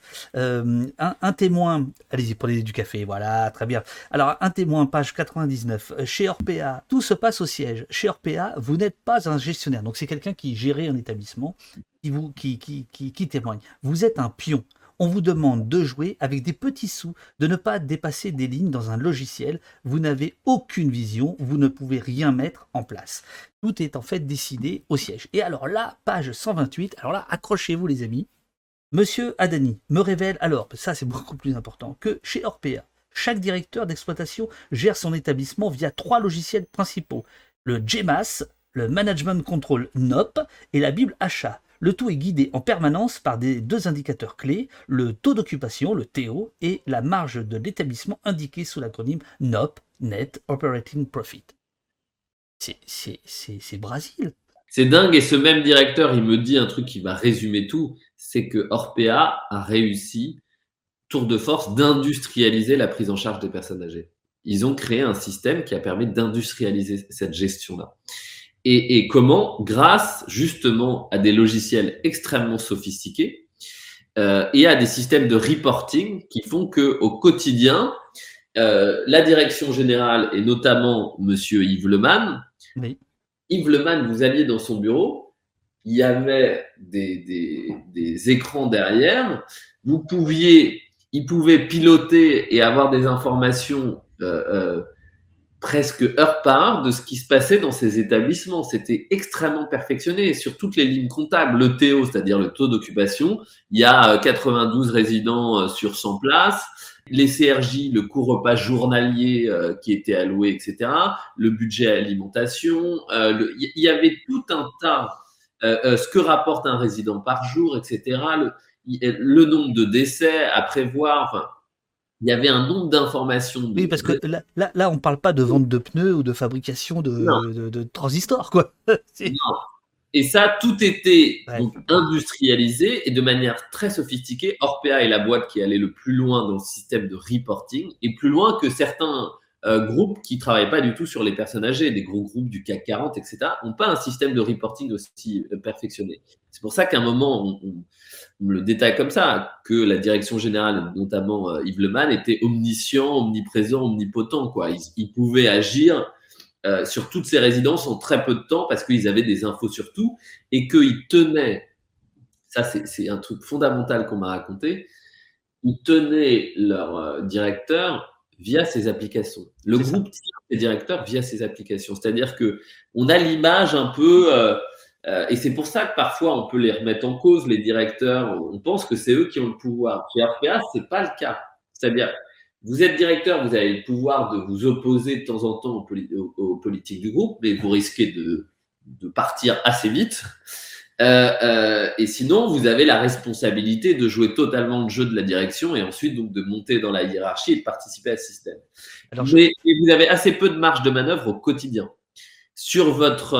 Un témoin, allez-y, prenez du café, voilà, très bien. Alors un témoin, page 99, chez Orpea, tout se passe au siège. Chez Orpea, vous n'êtes pas un gestionnaire. Donc c'est quelqu'un qui gérait un établissement qui témoigne. Vous êtes un pion. On vous demande de jouer avec des petits sous, de ne pas dépasser des lignes dans un logiciel. Vous n'avez aucune vision, vous ne pouvez rien mettre en place. Tout est en fait décidé au siège. Et alors là, page 128, alors là, accrochez-vous les amis. Monsieur Adani me révèle alors, ça c'est beaucoup plus important, que chez Orpea, chaque directeur d'exploitation gère son établissement via 3 logiciels principaux. Le GEMAS, le Management Control NOP et la Bible Achat. Le tout est guidé en permanence par deux indicateurs clés, le taux d'occupation, le TO, et la marge de l'établissement indiquée sous l'acronyme NOP, Net Operating Profit. C'est Brésil. C'est dingue, et ce même directeur, il me dit un truc qui va résumer tout, c'est que Orpea a réussi, tour de force, d'industrialiser la prise en charge des personnes âgées. Ils ont créé un système qui a permis d'industrialiser cette gestion-là. Et comment? Grâce justement à des logiciels extrêmement sophistiqués et à des systèmes de reporting qui font qu'au quotidien, la direction générale et notamment Monsieur Yves Lemann, oui. Yves Lemann, vous alliez dans son bureau, il y avait des écrans derrière, il pouvait piloter et avoir des informations presque heure par heure de ce qui se passait dans ces établissements. C'était extrêmement perfectionné sur toutes les lignes comptables. Le TO, c'est-à-dire le taux d'occupation, il y a 92 résidents sur 100 places. Les CRJ, le coût repas journalier qui était alloué, etc. Le budget alimentation. Il y avait tout un tas, ce que rapporte un résident par jour, etc. Le nombre de décès à prévoir, enfin, il y avait un nombre d'informations. Oui, parce que là, on ne parle pas de vente de pneus ou de fabrication de transistors, quoi. Non. Et ça, tout était Ouais. donc industrialisé et de manière très sophistiquée. Orpea est la boîte qui allait le plus loin dans le système de reporting et plus loin que certains groupes qui ne travaillent pas du tout sur les personnes âgées, des gros groupes du CAC 40, etc., n'ont pas un système de reporting aussi perfectionné. C'est pour ça qu'à un moment, on le détaille comme ça, que la direction générale, notamment Yves Lemal, était omniscient, omniprésent, omnipotent, quoi. Ils pouvaient agir sur toutes ces résidences en très peu de temps parce qu'ils avaient des infos sur tout et qu'ils tenaient, ça c'est un truc fondamental qu'on m'a raconté, ils tenaient leur directeur via ces applications. Le C'est ça. groupe tient ses directeurs via ces applications. C'est-à-dire qu'on a l'image un peu, et c'est pour ça que parfois on peut les remettre en cause, les directeurs, on pense que c'est eux qui ont le pouvoir. Chez RPA, ce n'est pas le cas. C'est-à-dire, vous êtes directeur, vous avez le pouvoir de vous opposer de temps en temps aux politiques du groupe, mais vous risquez de partir assez vite. Et sinon, vous avez la responsabilité de jouer totalement le jeu de la direction et ensuite donc de monter dans la hiérarchie et de participer à ce système. Alors, Mais vous avez assez peu de marge de manœuvre au quotidien. Sur votre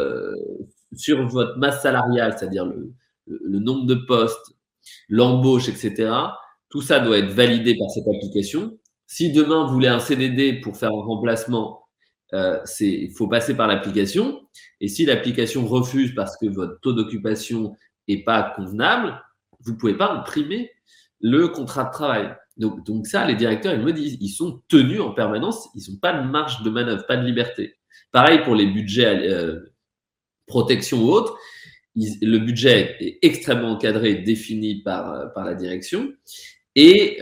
masse salariale, c'est-à-dire le nombre de postes, l'embauche, etc., tout ça doit être validé par cette application. Si demain vous voulez un CDD pour faire un remplacement, il faut passer par l'application. Et si l'application refuse parce que votre taux d'occupation n'est pas convenable, vous ne pouvez pas imprimer le contrat de travail. Donc ça, les directeurs, ils me disent, ils sont tenus en permanence, ils n'ont pas de marge de manœuvre, pas de liberté. Pareil pour les budgets protection ou autres, le budget est extrêmement encadré et défini par la direction. Et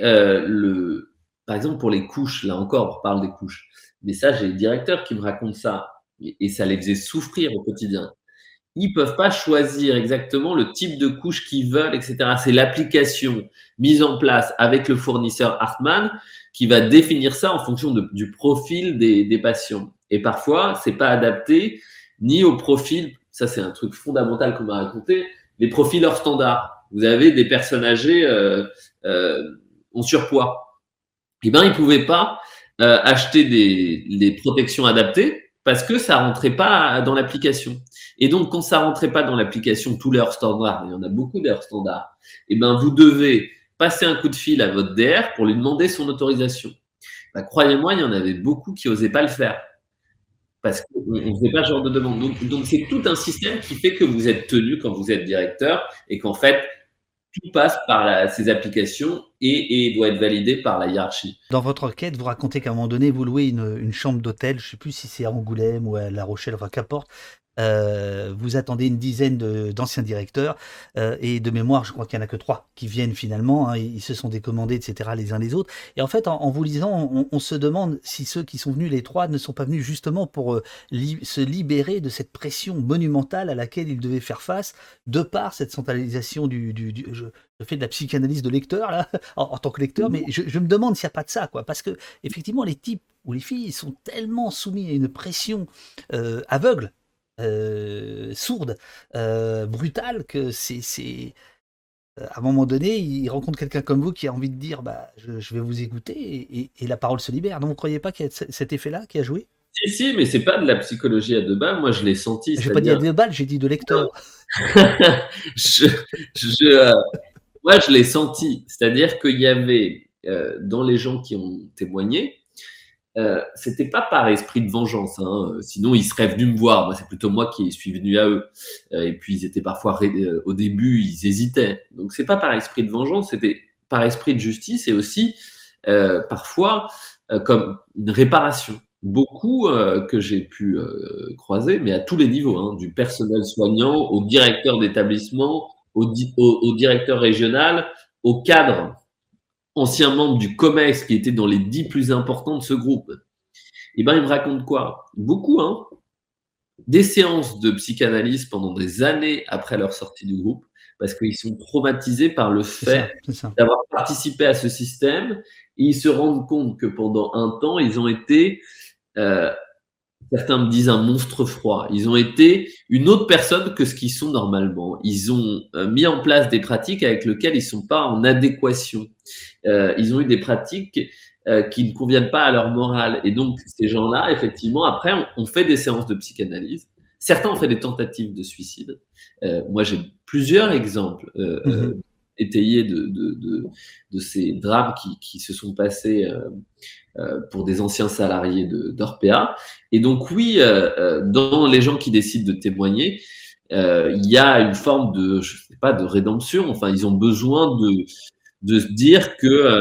par exemple, pour les couches, là encore, on parle des couches. Mais ça, j'ai les directeurs qui me racontent ça. Et ça les faisait souffrir au quotidien. Ils ne peuvent pas choisir exactement le type de couche qu'ils veulent, etc. C'est l'application mise en place avec le fournisseur Hartmann qui va définir ça en fonction du profil des patients. Et parfois, ce n'est pas adapté ni au profil, ça c'est un truc fondamental qu'on m'a raconté, les profils hors standard. Vous avez des personnes âgées en surpoids. Eh bien, ils ne pouvaient pas acheter des protections adaptées parce que ça rentrait pas dans l'application. Et donc, quand ça rentrait pas dans l'application, tous les heures standards, il y en a beaucoup d'heures standards, eh ben, vous devez passer un coup de fil à votre DR pour lui demander son autorisation. Ben, croyez-moi, il y en avait beaucoup qui n'osaient pas le faire parce qu'on ne faisait pas ce genre de demande. Donc, c'est tout un système qui fait que vous êtes tenu quand vous êtes directeur et qu'en fait, tout passe par ces applications et doit être validé par la hiérarchie. Dans votre enquête, vous racontez qu'à un moment donné, vous louez une chambre d'hôtel, je ne sais plus si c'est à Angoulême ou à La Rochelle, enfin qu'importe. Vous attendez une dizaine d'anciens directeurs et de mémoire, je crois qu'il n'y en a que 3 qui viennent finalement. Hein, ils se sont décommandés, etc., les uns les autres. Et en fait, en vous lisant, on se demande si ceux qui sont venus, les 3, ne sont pas venus justement pour se libérer de cette pression monumentale à laquelle ils devaient faire face de par cette centralisation je fais de la psychanalyse de lecteur là, en tant que lecteur, mais je me demande s'il n'y a pas de ça, quoi, parce que effectivement, les types ou les filles sont tellement soumis à une pression aveugle, sourde, brutale, que c'est à un moment donné, il rencontre quelqu'un comme vous qui a envie de dire bah, je vais vous écouter et la parole se libère. Donc vous ne croyez pas qu'il y a cet effet-là qui a joué? Si, mais c'est pas de la psychologie à 2 balles. Moi, je l'ai senti. J'ai pas dit à 2 balles, j'ai dit de lecteur. Moi, je l'ai senti. C'est-à-dire qu'il y avait dans les gens qui ont témoigné, c'était pas par esprit de vengeance. Hein. Sinon, ils seraient venus me voir. Moi, c'est plutôt moi qui suis venu à eux. Et puis, ils étaient parfois, au début, ils hésitaient. Donc, c'est pas par esprit de vengeance, c'était par esprit de justice et aussi parfois comme une réparation. Beaucoup que j'ai pu croiser, mais à tous les niveaux, hein, du personnel soignant au directeur d'établissement, au directeur régional, au cadre ancien membre du COMEX qui était dans les 10 plus importants de ce groupe. Et ben, il me raconte quoi? Beaucoup, hein. Des séances de psychanalyse pendant des années après leur sortie du groupe, parce qu'ils sont traumatisés par le fait d'avoir participé à ce système, et ils se rendent compte que pendant un temps, ils ont été, certains me disent un monstre froid, ils ont été une autre personne que ce qu'ils sont normalement. Ils ont mis en place des pratiques avec lesquelles ils ne sont pas en adéquation. Ils ont eu des pratiques qui ne conviennent pas à leur morale. Et donc, ces gens-là, effectivement, après, on fait des séances de psychanalyse. Certains ont fait des tentatives de suicide. Moi, j'ai plusieurs exemples étayés de ces drames qui se sont passés pour des anciens salariés d'Orpea. Et donc oui, dans les gens qui décident de témoigner, il y a une forme de, je sais pas, de rédemption. Enfin, ils ont besoin de se dire que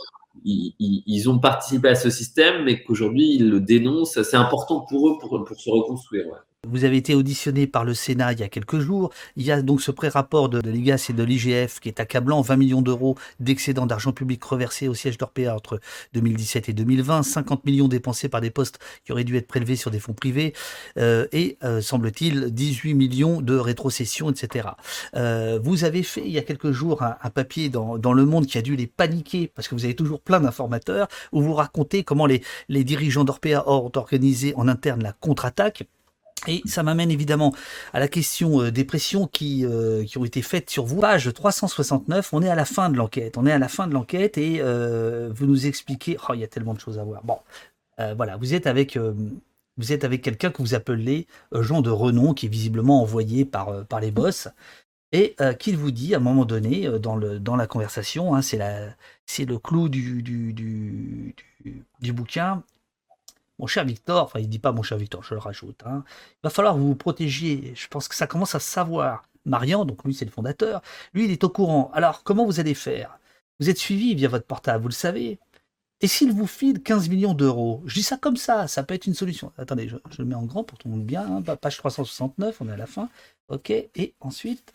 ils ont participé à ce système, mais qu'aujourd'hui ils le dénoncent. C'est important pour eux pour se reconstruire. Ouais. Vous avez été auditionné par le Sénat il y a quelques jours. Il y a donc ce pré-rapport de l'IGAS et de l'IGF qui est accablant, 20 millions d'euros d'excédent d'argent public reversé au siège d'Orpea entre 2017 et 2020, 50 millions dépensés par des postes qui auraient dû être prélevés sur des fonds privés et, semble-t-il, 18 millions de rétrocessions, etc. Vous avez fait il y a quelques jours un papier dans Le Monde qui a dû les paniquer parce que vous avez toujours plein d'informateurs où vous racontez comment les dirigeants d'Orpea ont organisé en interne la contre-attaque. Et ça m'amène évidemment à la question des pressions qui ont été faites sur vous. Page 369, on est à la fin de l'enquête. On est à la fin de l'enquête et vous nous expliquez... Oh, il y a tellement de choses à voir. Bon, voilà, vous êtes avec quelqu'un que vous appelez Jean de Renom, qui est visiblement envoyé par les boss, et qu'il vous dit à un moment donné, dans la conversation, hein, c'est le clou du bouquin. Mon cher Victor, enfin il dit pas mon cher Victor, je le rajoute, hein, il va falloir que vous vous protégiez, je pense que ça commence à se savoir. Marian, donc lui c'est le fondateur, lui il est au courant. Alors comment vous allez faire? Vous êtes suivi via votre portable, vous le savez. Et s'il vous file 15 millions d'euros? Je dis ça comme ça peut être une solution. Attendez, je le mets en grand pour tout le monde bien, hein, page 369, on est à la fin. Ok, et ensuite,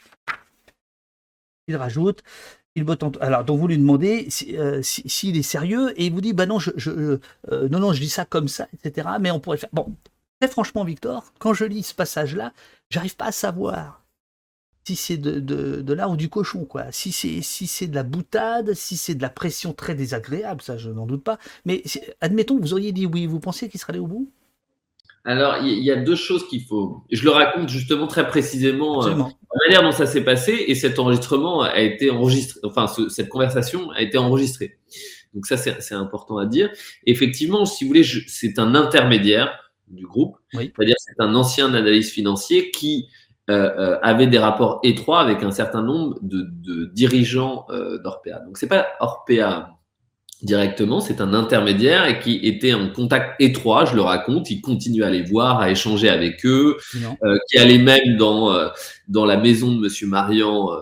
il rajoute... Alors, donc vous lui demandez s'il est sérieux et il vous dit bah non, non, je dis ça comme ça, etc. Mais on pourrait faire. Bon, très franchement, Victor, quand je lis ce passage-là, j'arrive pas à savoir si c'est de là ou du cochon, quoi. Si c'est de la boutade, si c'est de la pression très désagréable, ça, je n'en doute pas. Mais admettons que vous auriez dit oui, vous pensiez qu'il serait allé au bout? Alors, il y a deux choses qu'il faut. Je le raconte justement très précisément Absolument. la manière dont ça s'est passé et cet enregistrement a été enregistré. Enfin, cette conversation a été enregistrée. Donc ça, c'est important à dire. Effectivement, si vous voulez, c'est un intermédiaire du groupe. Oui. C'est-à-dire c'est un ancien analyste financier qui avait des rapports étroits avec un certain nombre de dirigeants d'Orpea. Donc c'est pas Orpea directement, c'est un intermédiaire et qui était en contact étroit, je le raconte, il continue à les voir, à échanger avec eux, qui allait même dans la maison de Monsieur Marian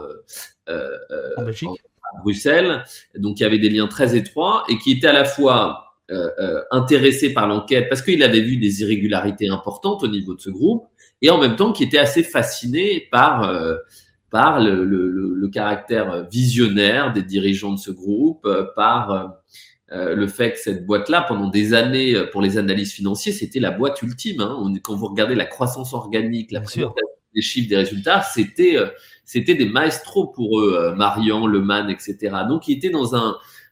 En Belgique. à Bruxelles, donc il y avait des liens très étroits et qui était à la fois intéressé par l'enquête parce qu'il avait vu des irrégularités importantes au niveau de ce groupe et en même temps qui était assez fasciné par le caractère visionnaire des dirigeants de ce groupe, par le fait que cette boîte-là, pendant des années, pour les analystes financiers, c'était la boîte ultime. Hein. Quand vous regardez la croissance organique, la présentation des chiffres, des résultats, c'était des maestros pour eux, Marian, Leman, etc. Donc, il était dans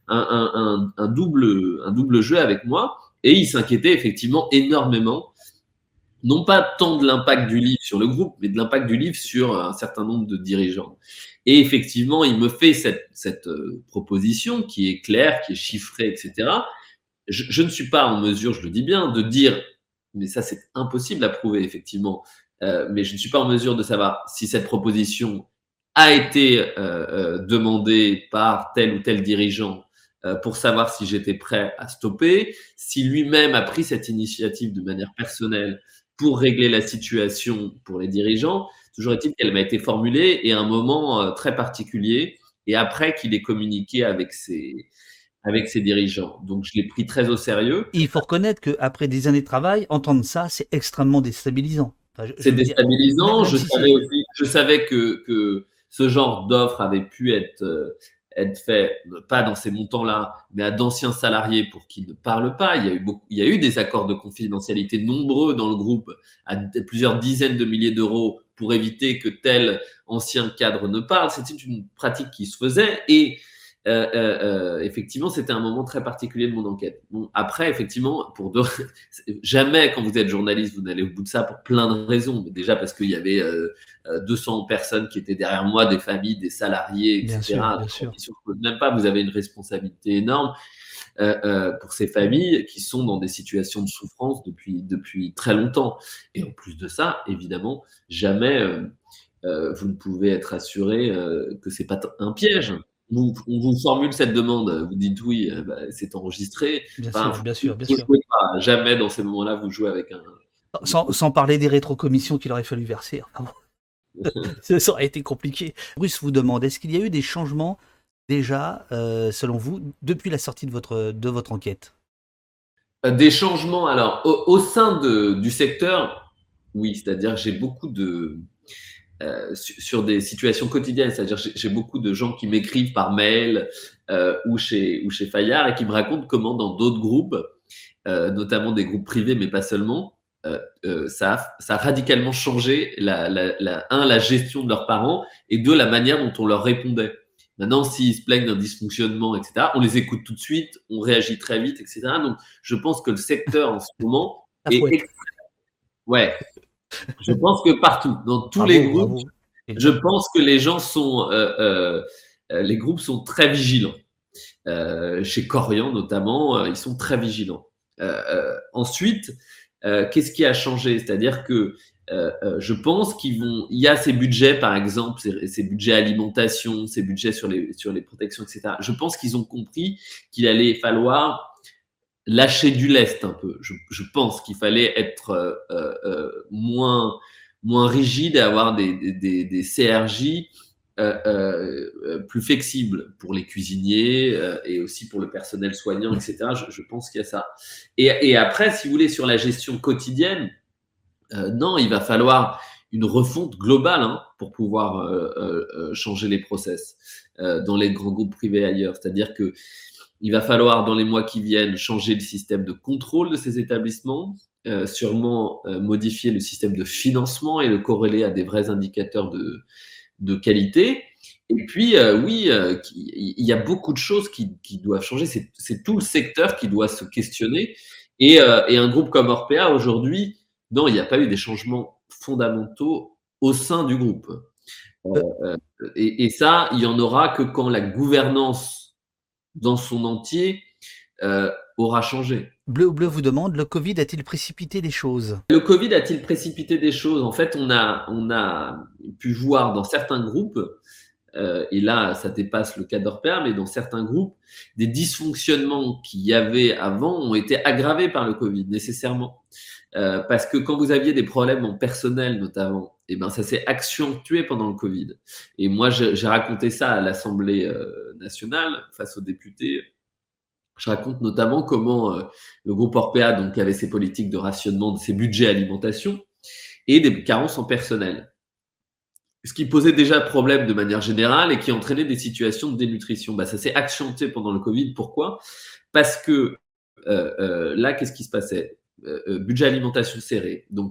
un double jeu avec moi et il s'inquiétait effectivement énormément non pas tant de l'impact du livre sur le groupe, mais de l'impact du livre sur un certain nombre de dirigeants. Et effectivement, il me fait cette proposition qui est claire, qui est chiffrée, etc. Je ne suis pas en mesure, je le dis bien, de dire, mais ça c'est impossible à prouver effectivement, mais je ne suis pas en mesure de savoir si cette proposition a été demandée par tel ou tel dirigeant pour savoir si j'étais prêt à stopper, si lui-même a pris cette initiative de manière personnelle pour régler la situation pour les dirigeants. Toujours est-il qu'elle m'a été formulée et à un moment très particulier et après qu'il ait communiqué avec ses dirigeants. Donc, je l'ai pris très au sérieux. Et il faut reconnaître qu'après des années de travail, entendre ça, c'est extrêmement déstabilisant. Enfin, c'est déstabilisant. Je savais que ce genre d'offre avait pu être fait, pas dans ces montants-là, mais à d'anciens salariés pour qu'ils ne parlent pas. Il y a eu des accords de confidentialité nombreux dans le groupe, à plusieurs dizaines de milliers d'euros pour éviter que tel ancien cadre ne parle. C'était une pratique qui se faisait et effectivement, c'était un moment très particulier de mon enquête. Bon, après, effectivement, jamais quand vous êtes journaliste, vous n'allez au bout de ça pour plein de raisons. Mais déjà parce qu'il y avait 200 personnes qui étaient derrière moi, des familles, des salariés, etc. Bien sûr. Même pas, vous avez une responsabilité énorme. pour ces familles qui sont dans des situations de souffrance depuis très longtemps. Et en plus de ça, évidemment, jamais vous ne pouvez être assuré que c'est pas un piège. On vous formule cette demande, vous dites oui, c'est enregistré. Bien Enfin, sûr, bien vous sûr, bien ne sûr. jouez pas. Jamais dans ces moments-là, vous jouez avec un. Sans parler des rétrocommissions qu'il aurait fallu verser. Enfin bon, ça aurait été compliqué. Bruce vous demande, est-ce qu'il y a eu des changements déjà, selon vous, depuis la sortie de votre enquête? Des changements, alors, au sein du secteur, oui, c'est-à-dire que j'ai beaucoup de. Sur des situations quotidiennes, c'est-à-dire j'ai beaucoup de gens qui m'écrivent par mail ou chez Fayard et qui me racontent comment dans d'autres groupes, notamment des groupes privés, mais pas seulement, ça a radicalement changé la gestion de leurs parents et deux, la manière dont on leur répondait. Maintenant, s'ils se plaignent d'un dysfonctionnement, etc., on les écoute tout de suite, on réagit très vite, etc. Donc, je pense que le secteur en ce moment La est. fouette. Ouais, je pense que partout, dans tous les Bravo, groupes, bravo. je Exact. pense que les gens sont, les groupes sont très vigilants. Chez Corian notamment, ils sont très vigilants. Ensuite, qu'est-ce qui a changé? C'est-à-dire que je pense il y a ces budgets, par exemple, ces budgets alimentation, ces budgets sur les protections, etc. Je pense qu'ils ont compris qu'il allait falloir lâcher du lest un peu. Je pense qu'il fallait être moins rigide et avoir des CRJ plus flexibles pour les cuisiniers et aussi pour le personnel soignant, etc. Je pense qu'il y a ça. Et après, si vous voulez, sur la gestion quotidienne, non, il va falloir une refonte globale pour pouvoir changer les process dans les grands groupes privés ailleurs. C'est-à-dire que il va falloir, dans les mois qui viennent, changer le système de contrôle de ces établissements, sûrement modifier le système de financement et le corréler à des vrais indicateurs de qualité. Et puis, oui, il y a beaucoup de choses qui doivent changer. C'est tout le secteur qui doit se questionner. Et un groupe comme Orpea, aujourd'hui, non, il n'y a pas eu des changements fondamentaux au sein du groupe. Et ça, il n'y en aura que quand la gouvernance dans son entier aura changé. Bleu vous demande, le Covid a-t-il précipité les choses? Le Covid a-t-il précipité des choses? En fait, on a pu voir dans certains groupes, et là, ça dépasse le cas d'Orpea, mais dans certains groupes, des dysfonctionnements qu'il y avait avant ont été aggravés par le Covid, nécessairement. Parce que quand vous aviez des problèmes en personnel, notamment, eh ben, ça s'est accentué pendant le Covid. Et moi, j'ai raconté ça à l'Assemblée nationale, face aux députés. Je raconte notamment comment le groupe Orpea donc, avait ses politiques de rationnement de ses budgets alimentation et des carences en personnel. Ce qui posait déjà problème de manière générale et qui entraînait des situations de dénutrition. Ça s'est accentué pendant le Covid. Pourquoi? Parce que là, qu'est-ce qui se passait? Budget alimentation serré, donc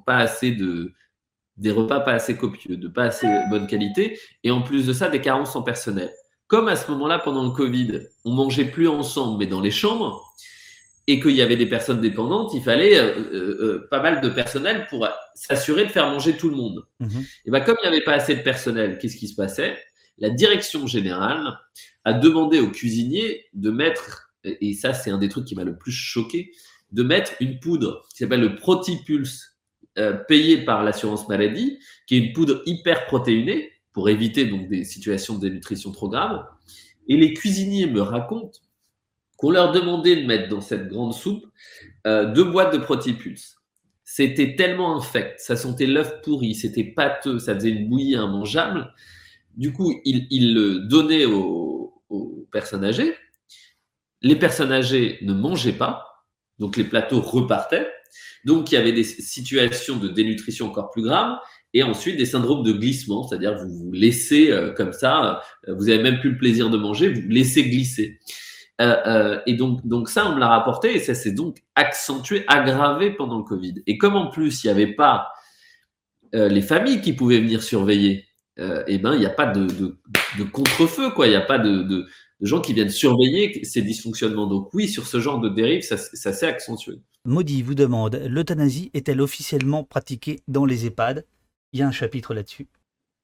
des repas pas assez copieux, de pas assez bonne qualité, et en plus de ça, des carences en personnel. Comme à ce moment-là, pendant le Covid, on mangeait plus ensemble, mais dans les chambres, et qu'il y avait des personnes dépendantes, il fallait pas mal de personnel pour s'assurer de faire manger tout le monde. Et comme il n'y avait pas assez de personnel, qu'est-ce qui se passait? La direction générale a demandé aux cuisiniers de mettre, et ça c'est un des trucs qui m'a le plus choqué, de mettre une poudre qui s'appelle le Protipulse, payée par l'assurance maladie, qui est une poudre hyper protéinée pour éviter donc des situations de dénutrition trop graves. Et les cuisiniers me racontent qu'on leur demandait de mettre dans cette grande soupe 2 boîtes de Protipulse. C'était tellement infect, ça sentait l'œuf pourri, c'était pâteux, ça faisait une bouillie immangeable. Du coup, ils le donnaient aux personnes âgées. Les personnes âgées ne mangeaient pas, donc les plateaux repartaient. Donc, il y avait des situations de dénutrition encore plus graves et ensuite des syndromes de glissement, c'est-à-dire vous vous laissez comme ça, vous n'avez même plus le plaisir de manger, vous laissez glisser. Et donc ça, on me l'a rapporté et ça s'est donc accentué, aggravé pendant le Covid. Et comme en plus, il n'y avait pas les familles qui pouvaient venir surveiller, il n'y a pas de contre-feu, quoi. Il n'y a pas de gens qui viennent surveiller ces dysfonctionnements. Donc oui, sur ce genre de dérive, ça s'est accentué. Maudit vous demande, l'euthanasie est-elle officiellement pratiquée dans les EHPAD? Il y a un chapitre là-dessus.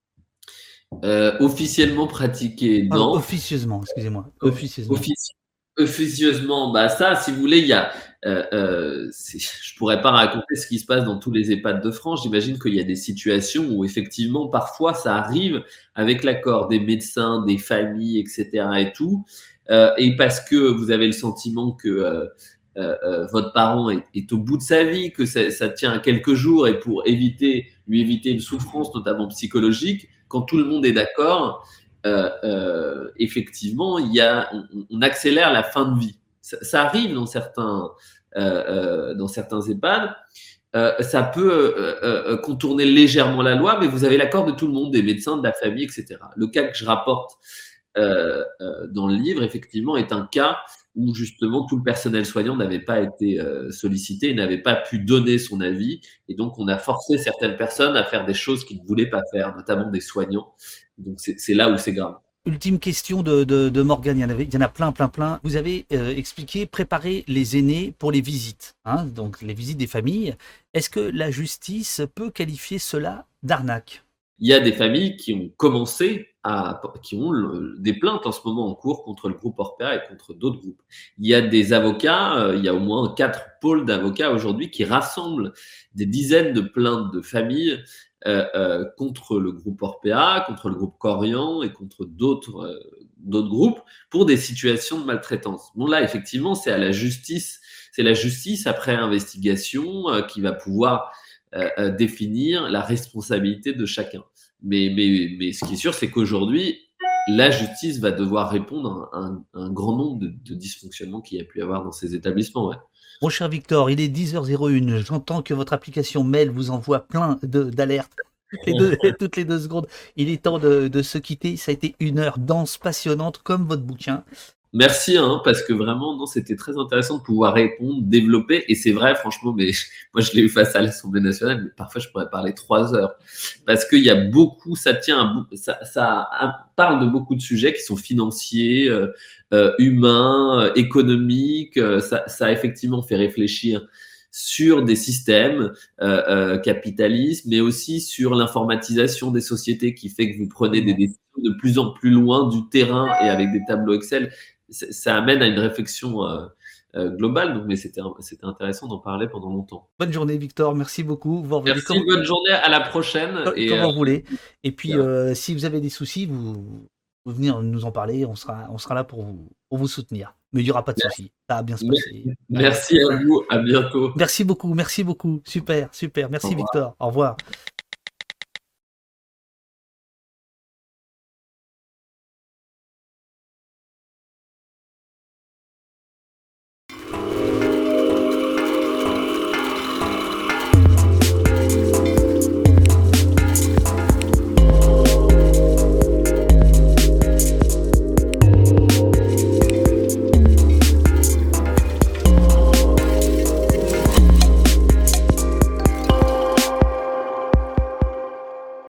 Officiellement pratiqué, non. Officieusement, excusez-moi. Officieusement. Officieusement, bah ça, si vous voulez, il y a, je pourrais pas raconter ce qui se passe dans tous les EHPAD de France. J'imagine qu'il y a des situations où effectivement, parfois, ça arrive avec l'accord des médecins, des familles, etc. et tout, et parce que vous avez le sentiment que votre parent est au bout de sa vie, que ça tient à quelques jours, et pour lui éviter une souffrance, notamment psychologique, quand tout le monde est d'accord, effectivement, on accélère la fin de vie. Ça arrive dans certains EHPAD. Ça peut contourner légèrement la loi, mais vous avez l'accord de tout le monde, des médecins, de la famille, etc. Le cas que je rapporte dans le livre, effectivement, est un cas où justement tout le personnel soignant n'avait pas été sollicité et n'avait pas pu donner son avis. Et donc, on a forcé certaines personnes à faire des choses qu'ils ne voulaient pas faire, notamment des soignants. Donc, c'est là où c'est grave. Ultime question de Morgane, il y en a plein, plein, plein. Vous avez expliqué préparer les aînés pour les visites, hein, donc les visites des familles. Est-ce que la justice peut qualifier cela d'arnaque? Il y a des familles qui ont qui ont des plaintes en ce moment en cours contre le groupe Orpea et contre d'autres groupes. Il y a des avocats, il y a au moins 4 pôles d'avocats aujourd'hui qui rassemblent des dizaines de plaintes de familles contre le groupe Orpea, contre le groupe Corian et contre d'autres groupes pour des situations de maltraitance. Bon là, effectivement, c'est la justice après investigation qui va pouvoir définir la responsabilité de chacun. Mais ce qui est sûr, c'est qu'aujourd'hui, la justice va devoir répondre à un grand nombre de dysfonctionnements qu'il y a pu y avoir dans ces établissements. Ouais. Mon cher Victor, il est 10h01. J'entends que votre application mail vous envoie plein d'alertes toutes les 2 secondes. Il est temps de se quitter. Ça a été une heure dense, passionnante, comme votre bouquin. Merci, parce que vraiment, non, c'était très intéressant de pouvoir répondre, développer. Et c'est vrai, franchement, mais moi, je l'ai eu face à l'Assemblée nationale, mais parfois, je pourrais parler 3 heures. Parce qu'il y a beaucoup, ça parle de beaucoup de sujets qui sont financiers, humains, économiques. Ça a effectivement fait réfléchir sur des systèmes capitalistes, mais aussi sur l'informatisation des sociétés qui fait que vous prenez des décisions de plus en plus loin du terrain et avec des tableaux Excel. Ça amène à une réflexion globale, donc, mais c'était intéressant d'en parler pendant longtemps. Bonne journée, Victor. Merci beaucoup. Vous revenez Merci, bonne journée, à la prochaine. comme vous voulez. Et puis, si vous avez des soucis, vous venez nous en parler. On sera là pour vous soutenir. Mais il n'y aura pas de soucis. Ça va bien se passer. Merci à vous. À bientôt. Merci beaucoup. Merci beaucoup. Super, super. Merci, Victor. Au revoir.